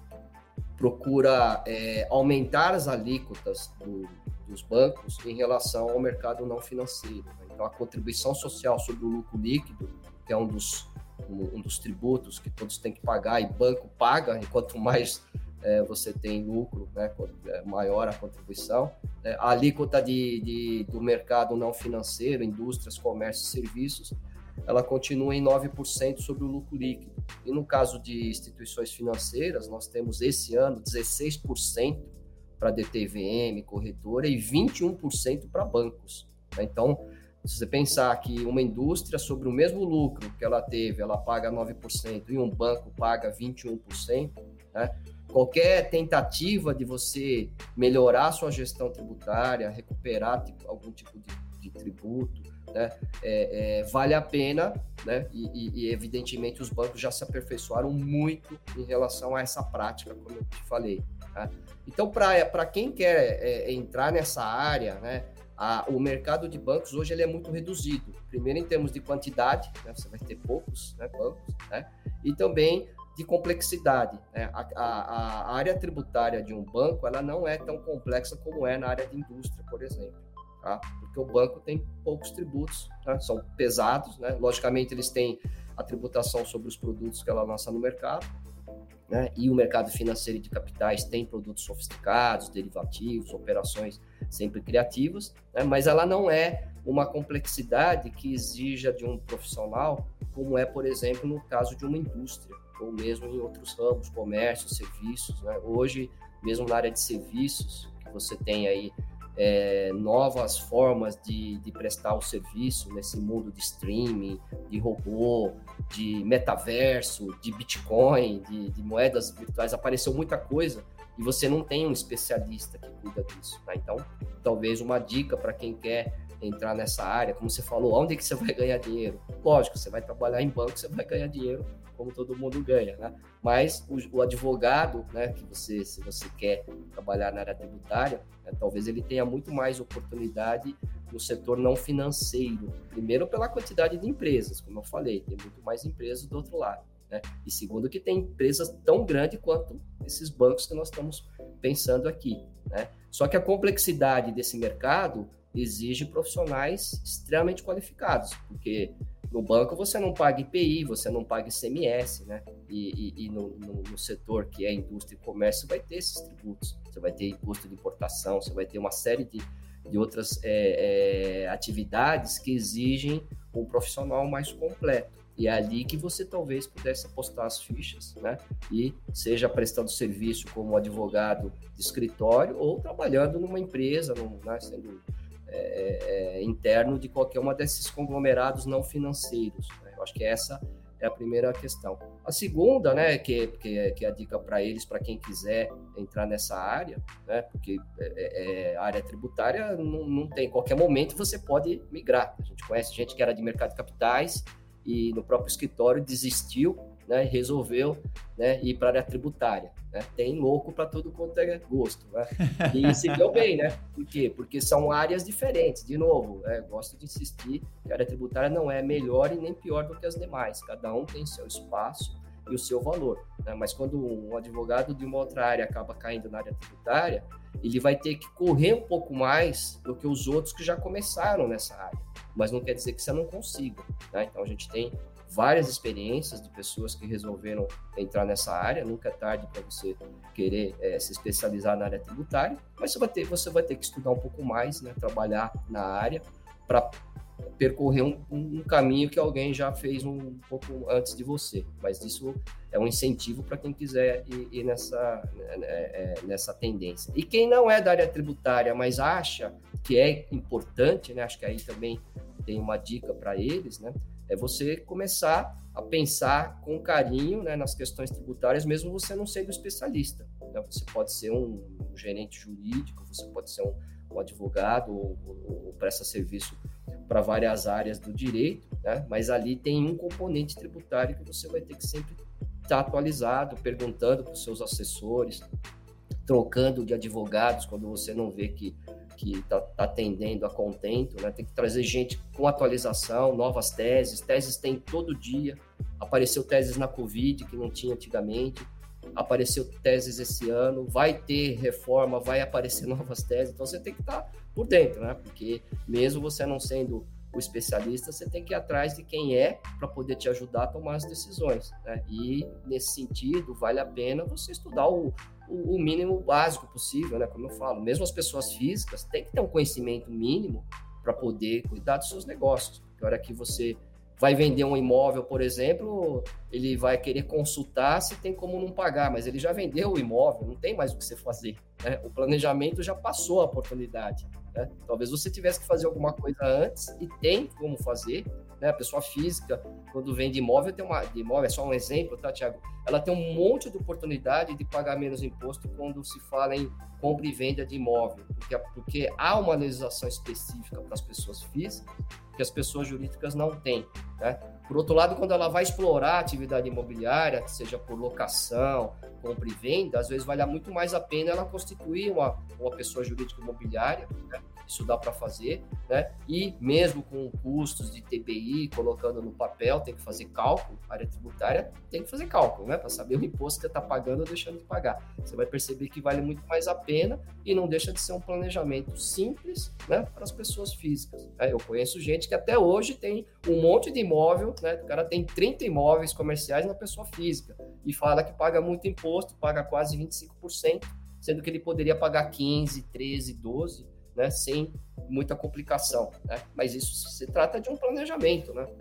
procura aumentar as alíquotas dos bancos em relação ao mercado não financeiro, né? Então, a contribuição social sobre o lucro líquido, que é um dos tributos que todos têm que pagar, e banco paga, e quanto mais você tem lucro, né, maior a contribuição. A alíquota do mercado não financeiro, indústrias, comércio e serviços, ela continua em 9% sobre o lucro líquido. E no caso de instituições financeiras, nós temos esse ano 16% para DTVM, corretora, e 21% para bancos. Então, se você pensar que uma indústria, sobre o mesmo lucro que ela teve, ela paga 9% e um banco paga 21%, né? Qualquer tentativa de você melhorar a sua gestão tributária, recuperar algum tipo de tributo, né, vale a pena, né? E evidentemente os bancos já se aperfeiçoaram muito em relação a essa prática, como eu te falei, tá? Então, para quem quer entrar nessa área, né, o mercado de bancos hoje ele é muito reduzido. Primeiro, em termos de quantidade, né, você vai ter poucos, né, bancos, né, e também de complexidade, né? A área tributária de um banco ela não é tão complexa como é na área de indústria, por exemplo, tá? Porque o banco tem poucos tributos, né? São pesados, né? Logicamente, eles têm a tributação sobre os produtos que ela lança no mercado, né? E o mercado financeiro de capitais tem produtos sofisticados, derivativos, operações sempre criativas, né? Mas ela não é uma complexidade que exija de um profissional, como é, por exemplo, no caso de uma indústria, ou mesmo em outros ramos, comércio, serviços, né? Hoje, mesmo na área de serviços, que você tem aí novas formas de prestar o serviço nesse mundo de streaming, de robô, de metaverso, de Bitcoin, de moedas virtuais, apareceu muita coisa e você não tem um especialista que cuida disso, né? Então, talvez uma dica para quem quer entrar nessa área, como você falou, onde é que você vai ganhar dinheiro? Lógico, você vai trabalhar em banco, você vai ganhar dinheiro, como todo mundo ganha, né? Mas o advogado, né, se você quer trabalhar na área tributária, né, talvez ele tenha muito mais oportunidade no setor não financeiro. Primeiro, pela quantidade de empresas, como eu falei, tem muito mais empresas do outro lado, né? E segundo, que tem empresas tão grandes quanto esses bancos que nós estamos pensando aqui, né? Só que a complexidade desse mercado exige profissionais extremamente qualificados, porque no banco você não paga IPI, você não paga ICMS, né? E no setor que é indústria e comércio vai ter esses tributos, você vai ter imposto de importação, você vai ter uma série de outras atividades que exigem um profissional mais completo. E é ali que você talvez pudesse apostar as fichas, né? E seja prestando serviço como advogado de escritório ou trabalhando numa empresa, né? Sendo interno de qualquer uma desses conglomerados não financeiros, né? Eu acho que essa é a primeira questão. A segunda, né, que é a dica para eles, para quem quiser entrar nessa área, né, porque a área tributária não tem, em qualquer momento você pode migrar. A gente conhece gente que era de mercado de capitais e no próprio escritório desistiu, né, resolveu, né, ir para a área tributária, né? Tem louco para tudo quanto é gosto, né? E se deu bem, né? Por quê? Porque são áreas diferentes. De novo, gosto de insistir que a área tributária não é melhor e nem pior do que as demais. Cada um tem seu espaço e o seu valor, né? Mas quando um advogado de uma outra área acaba caindo na área tributária, ele vai ter que correr um pouco mais do que os outros que já começaram nessa área. Mas não quer dizer que você não consiga, né? Então a gente tem várias experiências de pessoas que resolveram entrar nessa área. Nunca é tarde para você querer se especializar na área tributária, mas você vai ter que estudar um pouco mais, né? Trabalhar na área para percorrer um caminho que alguém já fez um pouco antes de você. Mas isso é um incentivo para quem quiser ir nessa tendência. E quem não é da área tributária, mas acha que é importante, né? Acho que aí também tem uma dica para eles, né? É você começar a pensar com carinho, né, nas questões tributárias, mesmo você não sendo especialista, né? Você pode ser um gerente jurídico, você pode ser um advogado ou presta serviço para várias áreas do direito, né? Mas ali tem um componente tributário que você vai ter que sempre estar atualizado, perguntando para os seus assessores, trocando de advogados quando você não vê que está atendendo a contento, né? Tem que trazer gente com atualização, novas teses tem todo dia. Apareceu teses na Covid que não tinha antigamente, apareceu teses esse ano, vai ter reforma, vai aparecer novas teses, então você tem que estar por dentro, né? Porque mesmo você não sendo o especialista, você tem que ir atrás de quem é para poder te ajudar a tomar as decisões, né? E nesse sentido, vale a pena você estudar o mínimo básico possível, né? Como eu falo, mesmo as pessoas físicas têm que ter um conhecimento mínimo para poder cuidar dos seus negócios. Na hora que você vai vender um imóvel, por exemplo, ele vai querer consultar se tem como não pagar, mas ele já vendeu o imóvel, não tem mais o que você fazer, né? O planejamento já passou a oportunidade, né? Talvez você tivesse que fazer alguma coisa antes e tem como fazer, né? A pessoa física, quando vende imóvel, é só um exemplo, tá, Thiago? Ela tem um monte de oportunidade de pagar menos imposto quando se fala em compra e venda de imóvel, porque há uma legislação específica para as pessoas físicas que as pessoas jurídicas não têm, né? Por outro lado, quando ela vai explorar a atividade imobiliária, seja por locação, compra e venda, às vezes vale muito mais a pena ela constituir uma pessoa jurídica imobiliária, né? Isso dá para fazer, né? E mesmo com custos de TBI, colocando no papel, tem que fazer cálculo, a área tributária tem que fazer cálculo, né? Para saber o imposto que você está pagando ou deixando de pagar. Você vai perceber que vale muito mais a pena e não deixa de ser um planejamento simples, né? Para as pessoas físicas, né? Eu conheço gente que até hoje tem um monte de imóvel, né? O cara tem 30 imóveis comerciais na pessoa física e fala que paga muito imposto, paga quase 25%, sendo que ele poderia pagar 15, 13, 12%, né, sem muita complicação, né? Mas isso se trata de um planejamento, né?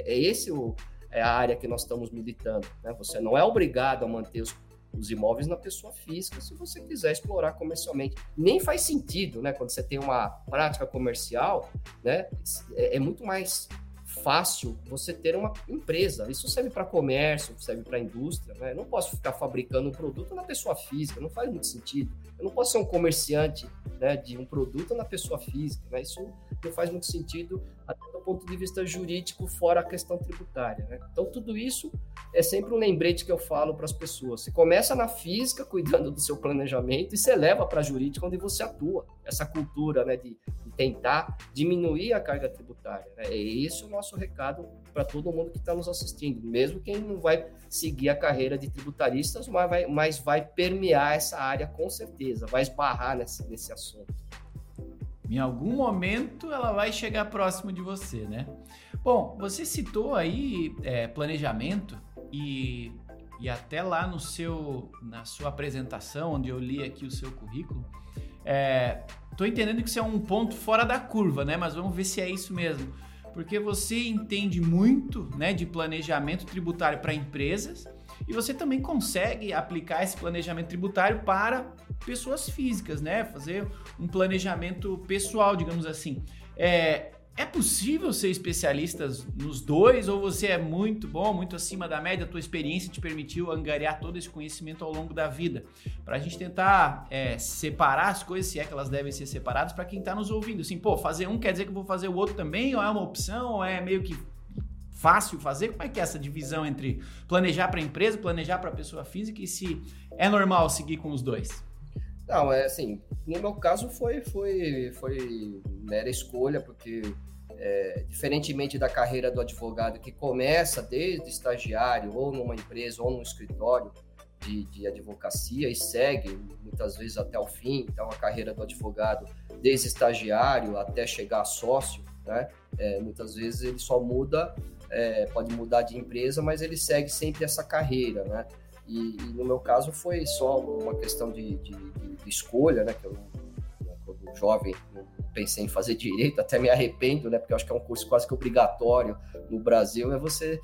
É a área que nós estamos militando, né? Você não é obrigado a manter os imóveis na pessoa física se você quiser explorar comercialmente. Nem faz sentido, né? Quando você tem uma prática comercial, né? É muito mais fácil você ter uma empresa. Isso serve para comércio, serve para indústria, né? Eu não posso ficar fabricando um produto na pessoa física, não faz muito sentido. Eu não posso ser um comerciante, né, de um produto na pessoa física, né? Isso não faz muito sentido até do ponto de vista jurídico, fora a questão tributária, né? Então, tudo isso é sempre um lembrete que eu falo para as pessoas. Você começa na física, cuidando do seu planejamento, e você leva para a jurídica, onde você atua. Essa cultura, né, de tentar diminuir a carga tributária, né? É esse o nosso recado para todo mundo que está nos assistindo, mesmo quem não vai seguir a carreira de tributaristas, mas vai permear essa área com certeza, vai esbarrar nesse assunto. Em algum momento ela vai chegar próximo de você, né? Bom, você citou aí planejamento e até lá na sua apresentação, onde eu li aqui o seu currículo, tô entendendo que isso é um ponto fora da curva, né? Mas vamos ver se é isso mesmo. Porque você entende muito, né, de planejamento tributário para empresas e você também consegue aplicar esse planejamento tributário para pessoas físicas, né? Fazer um planejamento pessoal, digamos assim. É possível ser especialista nos dois ou você é muito bom, muito acima da média, a tua experiência te permitiu angariar todo esse conhecimento ao longo da vida? Para a gente tentar separar as coisas, se é que elas devem ser separadas, para quem está nos ouvindo. Assim, fazer um quer dizer que eu vou fazer o outro também, ou é uma opção, ou é meio que fácil fazer? Como é que é essa divisão entre planejar para a empresa, planejar para a pessoa física e se é normal seguir com os dois? Não, assim, no meu caso foi mera escolha, porque diferentemente da carreira do advogado que começa desde estagiário ou numa empresa ou num escritório de advocacia e segue muitas vezes até o fim, então a carreira do advogado desde estagiário até chegar a sócio, né? Muitas vezes ele só muda, pode mudar de empresa, mas ele segue sempre essa carreira, né? E no meu caso foi só uma questão de escolha, né? Que eu, quando jovem, não pensei em fazer direito, até me arrependo, né? Porque eu acho que é um curso quase que obrigatório no Brasil, é você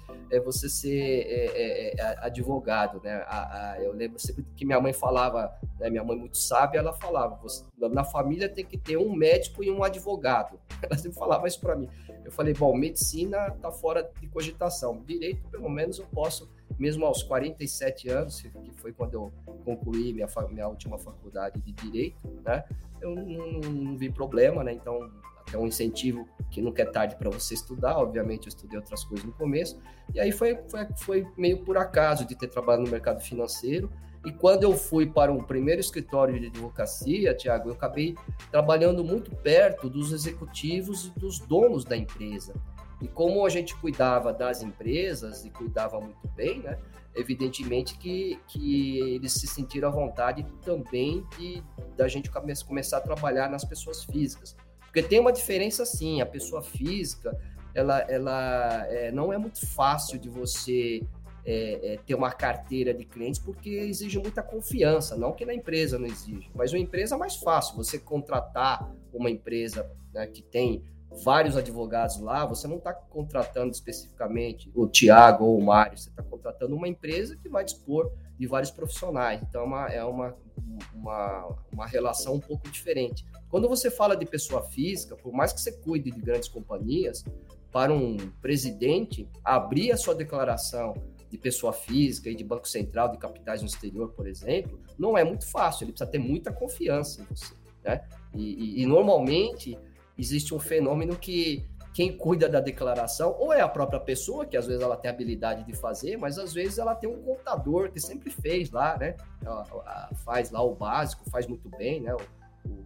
ser advogado, né? Eu lembro sempre que minha mãe falava, né? Minha mãe muito sábia, ela falava, na família tem que ter um médico e um advogado. Ela sempre falava isso para mim. Eu falei, bom, medicina tá fora de cogitação. Direito, pelo menos eu posso, mesmo aos 47 anos, que foi quando eu concluí minha última faculdade de Direito, né? Eu não vi problema, né? Então, até um incentivo que nunca é tarde para você estudar. Obviamente, eu estudei outras coisas no começo. E aí foi meio por acaso de ter trabalhado no mercado financeiro. E quando eu fui para um primeiro escritório de advocacia, Thiago, eu acabei trabalhando muito perto dos executivos e dos donos da empresa. E como a gente cuidava das empresas e cuidava muito bem, né? Evidentemente que eles se sentiram à vontade também da gente começar a trabalhar nas pessoas físicas. Porque tem uma diferença, sim, a pessoa física, ela não é muito fácil de você ter uma carteira de clientes, porque exige muita confiança, não que na empresa não exige, mas uma empresa é mais fácil, você contratar uma empresa, né, que tem vários advogados lá, você não está contratando especificamente o Thiago ou o Mário, você está contratando uma empresa que vai dispor de vários profissionais, então é uma relação um pouco diferente. Quando você fala de pessoa física, por mais que você cuide de grandes companhias, para um presidente abrir a sua declaração de pessoa física e de Banco Central, de capitais no exterior, por exemplo, não é muito fácil, ele precisa ter muita confiança em você, né? E normalmente existe um fenômeno que quem cuida da declaração ou é a própria pessoa, que às vezes ela tem habilidade de fazer, mas às vezes ela tem um contador que sempre fez lá, né? Ela faz lá o básico, faz muito bem, né? O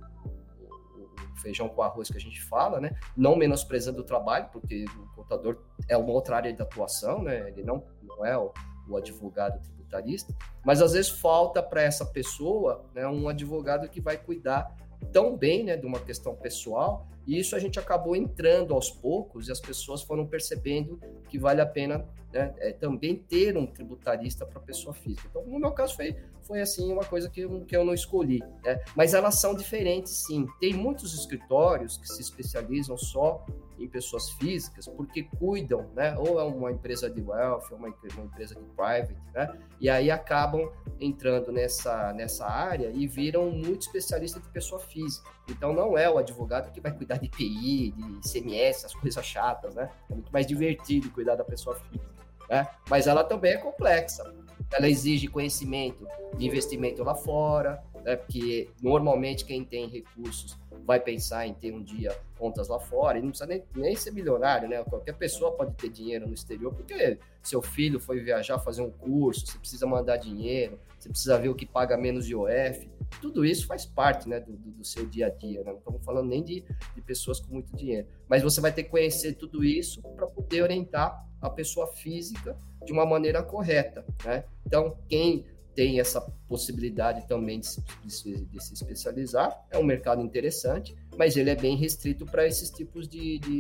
feijão com arroz que a gente fala, né? Não menosprezando o trabalho, porque o contador é uma outra área de atuação, né? Ele não é o advogado tributarista, mas às vezes falta para essa pessoa, né, um advogado que vai cuidar tão bem, né, de uma questão pessoal, e isso a gente acabou entrando aos poucos e as pessoas foram percebendo que vale a pena, né, também ter um tributarista para pessoa física. Então, no meu caso, foi assim, uma coisa que eu não escolhi, né? Mas elas são diferentes, sim. Tem muitos escritórios que se especializam só em pessoas físicas, porque cuidam, né? Ou é uma empresa de wealth, ou uma empresa de private, né? E aí acabam entrando nessa área e viram muito especialista de pessoa física. Então, não é o advogado que vai cuidar de IPI, de ICMS, as coisas chatas, né? É muito mais divertido cuidar da pessoa física, né? Mas ela também é complexa. Ela exige conhecimento de investimento lá fora, né? Porque normalmente quem tem recursos vai pensar em ter um dia contas lá fora, e não precisa nem ser milionário, né? Qualquer pessoa pode ter dinheiro no exterior, porque seu filho foi viajar, fazer um curso, você precisa mandar dinheiro, você precisa ver o que paga menos IOF, tudo isso faz parte, né, do seu dia a dia, né? Não estamos falando nem de pessoas com muito dinheiro, mas você vai ter que conhecer tudo isso para poder orientar a pessoa física de uma maneira correta, né? Então, quem tem essa possibilidade também de se especializar, é um mercado interessante, mas ele é bem restrito para esses tipos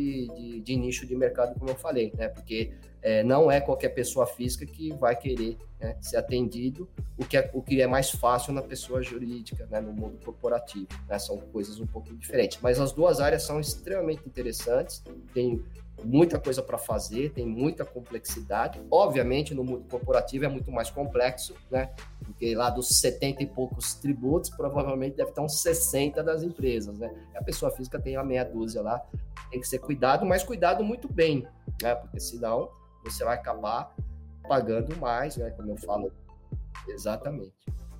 de nicho de mercado, como eu falei, né? Porque não é qualquer pessoa física que vai querer, né, ser atendido, o que é mais fácil na pessoa jurídica, né, no mundo corporativo, né? São coisas um pouco diferentes, mas as duas áreas são extremamente interessantes, tem muita coisa para fazer, tem muita complexidade. Obviamente, no mundo corporativo é muito mais complexo, né? Porque lá dos 70 e poucos tributos, provavelmente deve estar uns 60 das empresas, né? A pessoa física tem a meia dúzia lá, tem que ser cuidado, mas cuidado muito bem, né? Porque senão você vai acabar pagando mais, né? Como eu falo. Exatamente.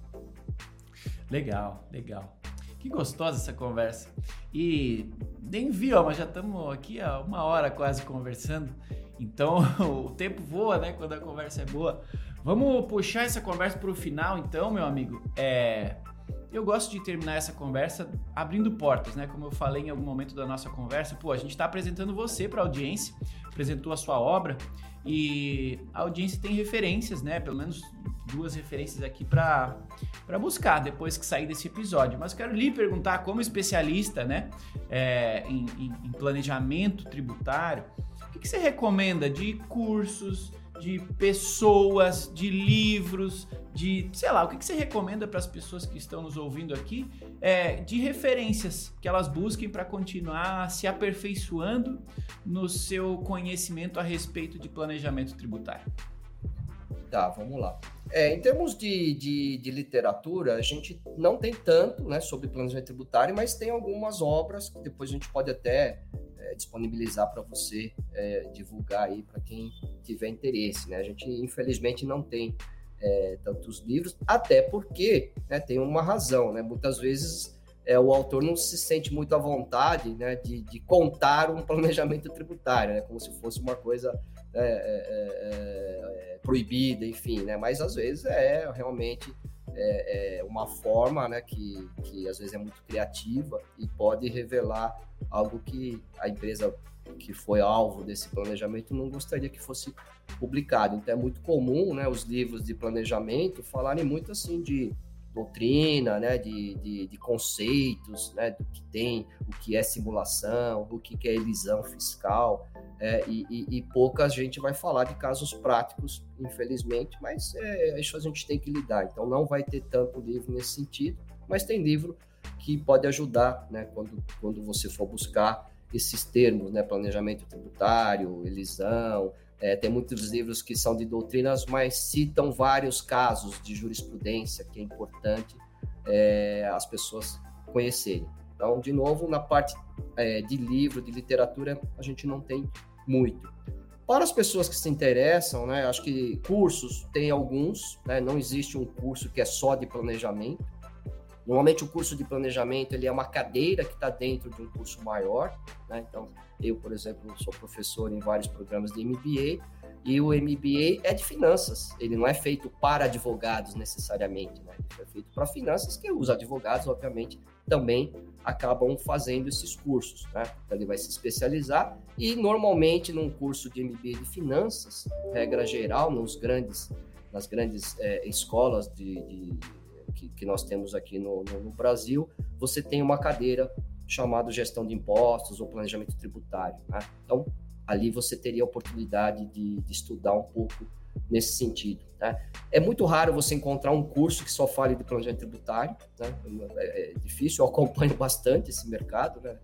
Legal. Que gostosa essa conversa. E nem viu, mas já estamos aqui há 1 hora quase conversando. Então o tempo voa, né? Quando a conversa é boa. Vamos puxar essa conversa para o final, então, meu amigo. Eu gosto de terminar essa conversa abrindo portas, né? Como eu falei em algum momento da nossa conversa, a gente está apresentando você para a audiência, apresentou a sua obra e a audiência tem referências, né? Pelo menos 2 referências aqui para buscar depois que sair desse episódio. Mas quero lhe perguntar, como especialista, né, em planejamento tributário, o que você recomenda de cursos, de pessoas, de livros, de, sei lá, o que você recomenda para as pessoas que estão nos ouvindo aqui, de referências que elas busquem para continuar se aperfeiçoando no seu conhecimento a respeito de planejamento tributário? Tá, vamos lá. Em termos de literatura, a gente não tem tanto, né, sobre planejamento tributário, mas tem algumas obras que depois a gente pode até disponibilizar para você divulgar aí para quem tiver interesse, né? A gente, infelizmente, não tem tantos livros, até porque, né, tem uma razão, né? Muitas vezes o autor não se sente muito à vontade, né, de contar um planejamento tributário, né, como se fosse uma coisa proibida, enfim, né? Mas às vezes realmente uma forma, né, que às vezes é muito criativa e pode revelar algo que a empresa que foi alvo desse planejamento não gostaria que fosse publicado. Então é muito comum, né, os livros de planejamento falarem muito assim de doutrina, né, de conceitos, né, do que tem, o que é simulação, o que é elisão fiscal, e pouca gente vai falar de casos práticos, infelizmente, mas isso a gente tem que lidar. Então não vai ter tanto livro nesse sentido, mas tem livro que pode ajudar, né, quando você for buscar esses termos, né, planejamento tributário, elisão. Tem muitos livros que são de doutrinas, mas citam vários casos de jurisprudência, que é importante as pessoas conhecerem. Então, de novo, na parte de livro, de literatura, a gente não tem muito. Para as pessoas que se interessam, né, acho que cursos tem alguns, né, não existe um curso que é só de planejamento. Normalmente o curso de planejamento ele é uma cadeira que está dentro de um curso maior, né? Então, eu, por exemplo, sou professor em vários programas de MBA, e o MBA é de finanças, ele não é feito para advogados necessariamente, né? Ele é feito para finanças, que os advogados, obviamente, também acabam fazendo esses cursos, né? Então, ele vai se especializar e, normalmente, num curso de MBA de finanças, regra geral, nas grandes escolas que nós temos aqui no Brasil, você tem uma cadeira chamada gestão de impostos ou planejamento tributário, né? Então, ali você teria a oportunidade de estudar um pouco nesse sentido, né? É muito raro você encontrar um curso que só fale de planejamento tributário, né? É difícil, eu acompanho bastante esse mercado, né?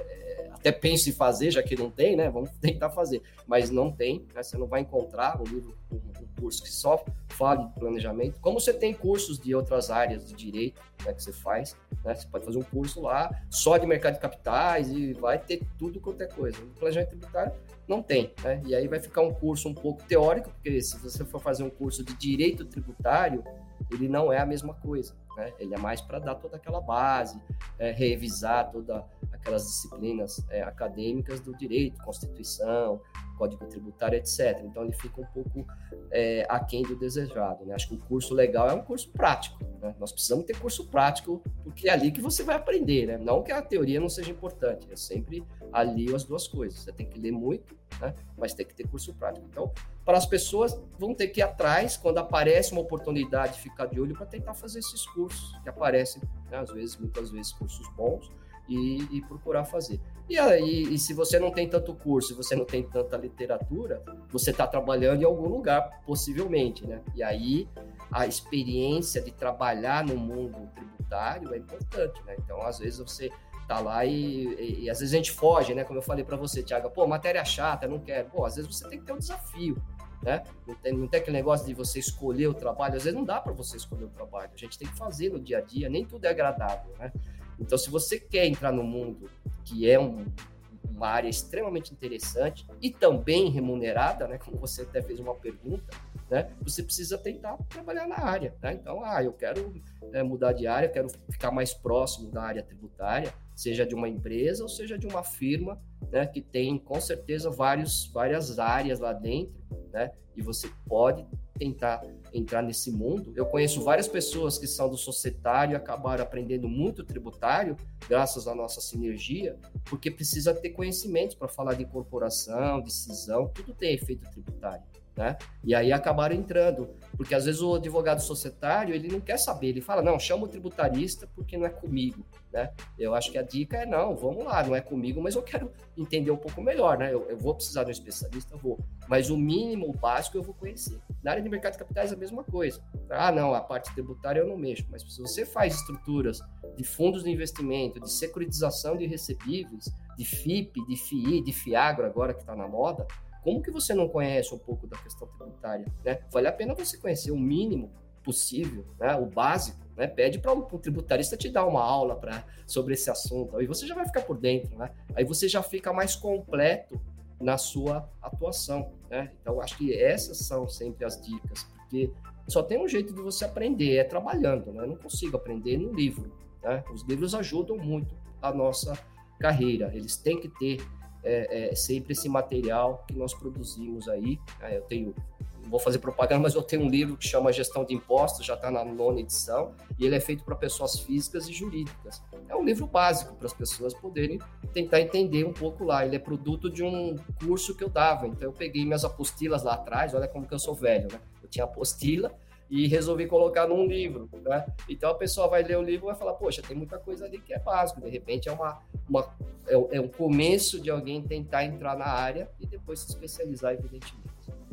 Até penso em fazer, já que não tem, né? Vamos tentar fazer, mas não tem, né? Você não vai encontrar um livro, um curso que só fale de planejamento, como você tem cursos de outras áreas de direito, né, que você faz, né? Você pode fazer um curso lá só de mercado de capitais e vai ter tudo quanto é coisa. O planejamento tributário não tem, né? E aí vai ficar um curso um pouco teórico, porque se você for fazer um curso de direito tributário, ele não é a mesma coisa, né? Ele é mais para dar toda aquela base, revisar todas aquelas disciplinas acadêmicas do direito, Constituição, Código Tributário, etc. Então, ele fica um pouco aquém do desejado, né? Acho que o curso legal é um curso prático, né? Nós precisamos ter curso prático, porque é ali que você vai aprender, né? Não que a teoria não seja importante, eu sempre alio as duas coisas. Você tem que ler muito, né? Mas tem que ter curso prático. Então, para as pessoas, vão ter que ir atrás, quando aparece uma oportunidade, ficar de olho para tentar fazer esses cursos que aparecem, né? Às vezes, muitas vezes, cursos bons, e procurar fazer. E aí, se você não tem tanto curso, se você não tem tanta literatura, você está trabalhando em algum lugar, possivelmente, né? E aí, a experiência de trabalhar no mundo tributário é importante, né? Então, às vezes, você tá lá e às vezes a gente foge, né? Como eu falei para você, Thiago, matéria chata, não quero. Às vezes você tem que ter um desafio, né? Não tem aquele negócio de você escolher o trabalho, às vezes não dá para você escolher o trabalho, a gente tem que fazer no dia a dia, nem tudo é agradável, né? Então, se você quer entrar no mundo que é uma área extremamente interessante e também remunerada, né? Como você até fez uma pergunta, né? Você precisa tentar trabalhar na área, né? Então, eu quero mudar de área, quero ficar mais próximo da área tributária, seja de uma empresa ou seja de uma firma, né? Que tem, com certeza, várias áreas lá dentro, né? E você pode tentar entrar nesse mundo. Eu conheço várias pessoas que são do societário e acabaram aprendendo muito tributário, graças à nossa sinergia, porque precisa ter conhecimentos para falar de incorporação, de cisão, tudo tem efeito tributário, né? E aí acabaram entrando, porque às vezes o advogado societário, ele não quer saber, ele fala, não, chama o tributarista porque não é comigo, né? Eu acho que a dica é, não, vamos lá, não é comigo, mas eu quero entender um pouco melhor, né? Eu vou precisar de um especialista, mas o mínimo, o básico eu vou conhecer. Na área de mercado de capitais a mesma coisa. Não, a parte tributária eu não mexo, mas se você faz estruturas de fundos de investimento, de securitização de recebíveis, de FIP, de FII, de FIAGRO agora que está na moda, como que você não conhece um pouco da questão tributária, né? Vale a pena você conhecer o mínimo possível, né? O básico, né? Pede para um tributarista te dar uma aula sobre esse assunto, aí você já vai ficar por dentro, né? Aí você já fica mais completo na sua atuação, né? Então, acho que essas são sempre as dicas, porque só tem um jeito de você aprender, é trabalhando, né? Eu não consigo aprender no livro, né? Os livros ajudam muito a nossa carreira, eles têm que ter sempre esse material que nós produzimos aí. Não vou fazer propaganda, mas eu tenho um livro que chama Gestão de Impostos, já está na 9ª edição, e ele é feito para pessoas físicas e jurídicas. É um livro básico para as pessoas poderem tentar entender um pouco lá. Ele é produto de um curso que eu dava, então eu peguei minhas apostilas lá atrás, olha como que eu sou velho, né? Eu tinha apostila e resolvi colocar num livro, né? Então a pessoa vai ler o livro e vai falar, poxa, tem muita coisa ali que é básico, de repente é um começo de alguém tentar entrar na área e depois se especializar, evidentemente.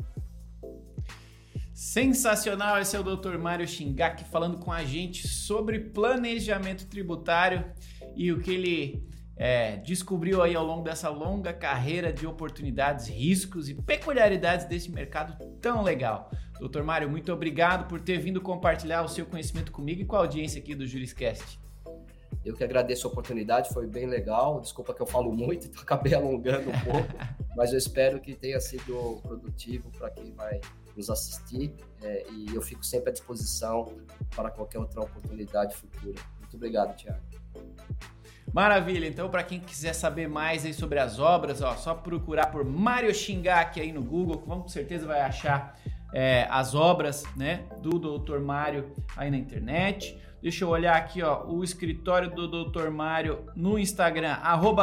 Sensacional, esse é o Dr. Mário Shingaki falando com a gente sobre planejamento tributário e o que ele descobriu aí ao longo dessa longa carreira de oportunidades, riscos e peculiaridades desse mercado tão legal. Dr. Mário, muito obrigado por ter vindo compartilhar o seu conhecimento comigo e com a audiência aqui do Juriscast. Eu que agradeço a oportunidade, foi bem legal. Desculpa que eu falo muito, então acabei alongando um pouco, mas eu espero que tenha sido produtivo para quem vai nos assistir, e eu fico sempre à disposição para qualquer outra oportunidade futura. Muito obrigado, Thiago. Maravilha, então para quem quiser saber mais aí sobre as obras, só procurar por Mário Shingaki aí no Google, que com certeza vai achar as obras, né, do Dr. Mário aí na internet. Deixa eu olhar aqui, o escritório do Dr. Mário no Instagram,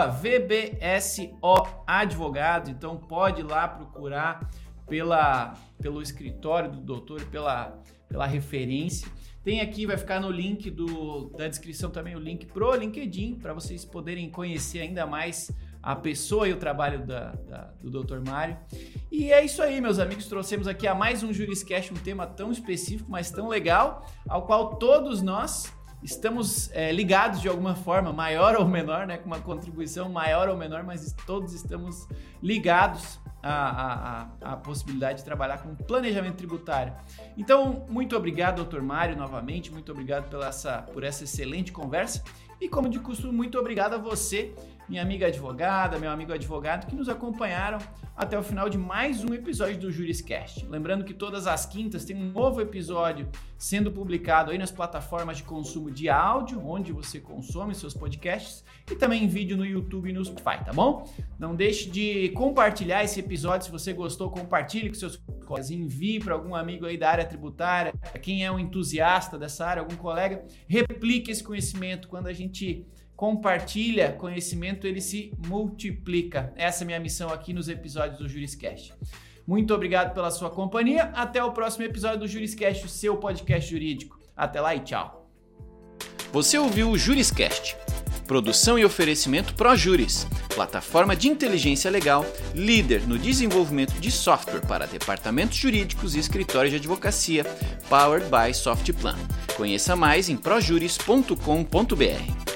@VBSOadvogado, então pode ir lá procurar pelo escritório do doutor, pela referência. Tem aqui, vai ficar no link da descrição também o link pro LinkedIn, para vocês poderem conhecer ainda mais a pessoa e o trabalho do Dr. Mário. E é isso aí, meus amigos, trouxemos aqui a mais um Juriscast, um tema tão específico, mas tão legal, ao qual todos nós estamos ligados de alguma forma, maior ou menor, né, com uma contribuição maior ou menor, mas todos estamos ligados a possibilidade de trabalhar com planejamento tributário. Então, muito obrigado, Dr. Mário, novamente, muito obrigado por essa excelente conversa e, como de costume, muito obrigado a você, minha amiga advogada, meu amigo advogado, que nos acompanharam até o final de mais um episódio do Juriscast. Lembrando que todas as quintas tem um novo episódio sendo publicado aí nas plataformas de consumo de áudio, onde você consome seus podcasts, e também em vídeo no YouTube e no Spotify, tá bom? Não deixe de compartilhar esse episódio, se você gostou, compartilhe com seus colegas, envie para algum amigo aí da área tributária, quem é um entusiasta dessa área, algum colega, replique esse conhecimento. Quando a gente compartilha conhecimento, ele se multiplica. Essa é a minha missão aqui nos episódios do Juriscast. Muito obrigado pela sua companhia. Até o próximo episódio do Juriscast, o seu podcast jurídico. Até lá e tchau. Você ouviu o Juriscast. Produção e oferecimento ProJuris, plataforma de inteligência legal, líder no desenvolvimento de software para departamentos jurídicos e escritórios de advocacia, powered by Softplan. Conheça mais em projuris.com.br.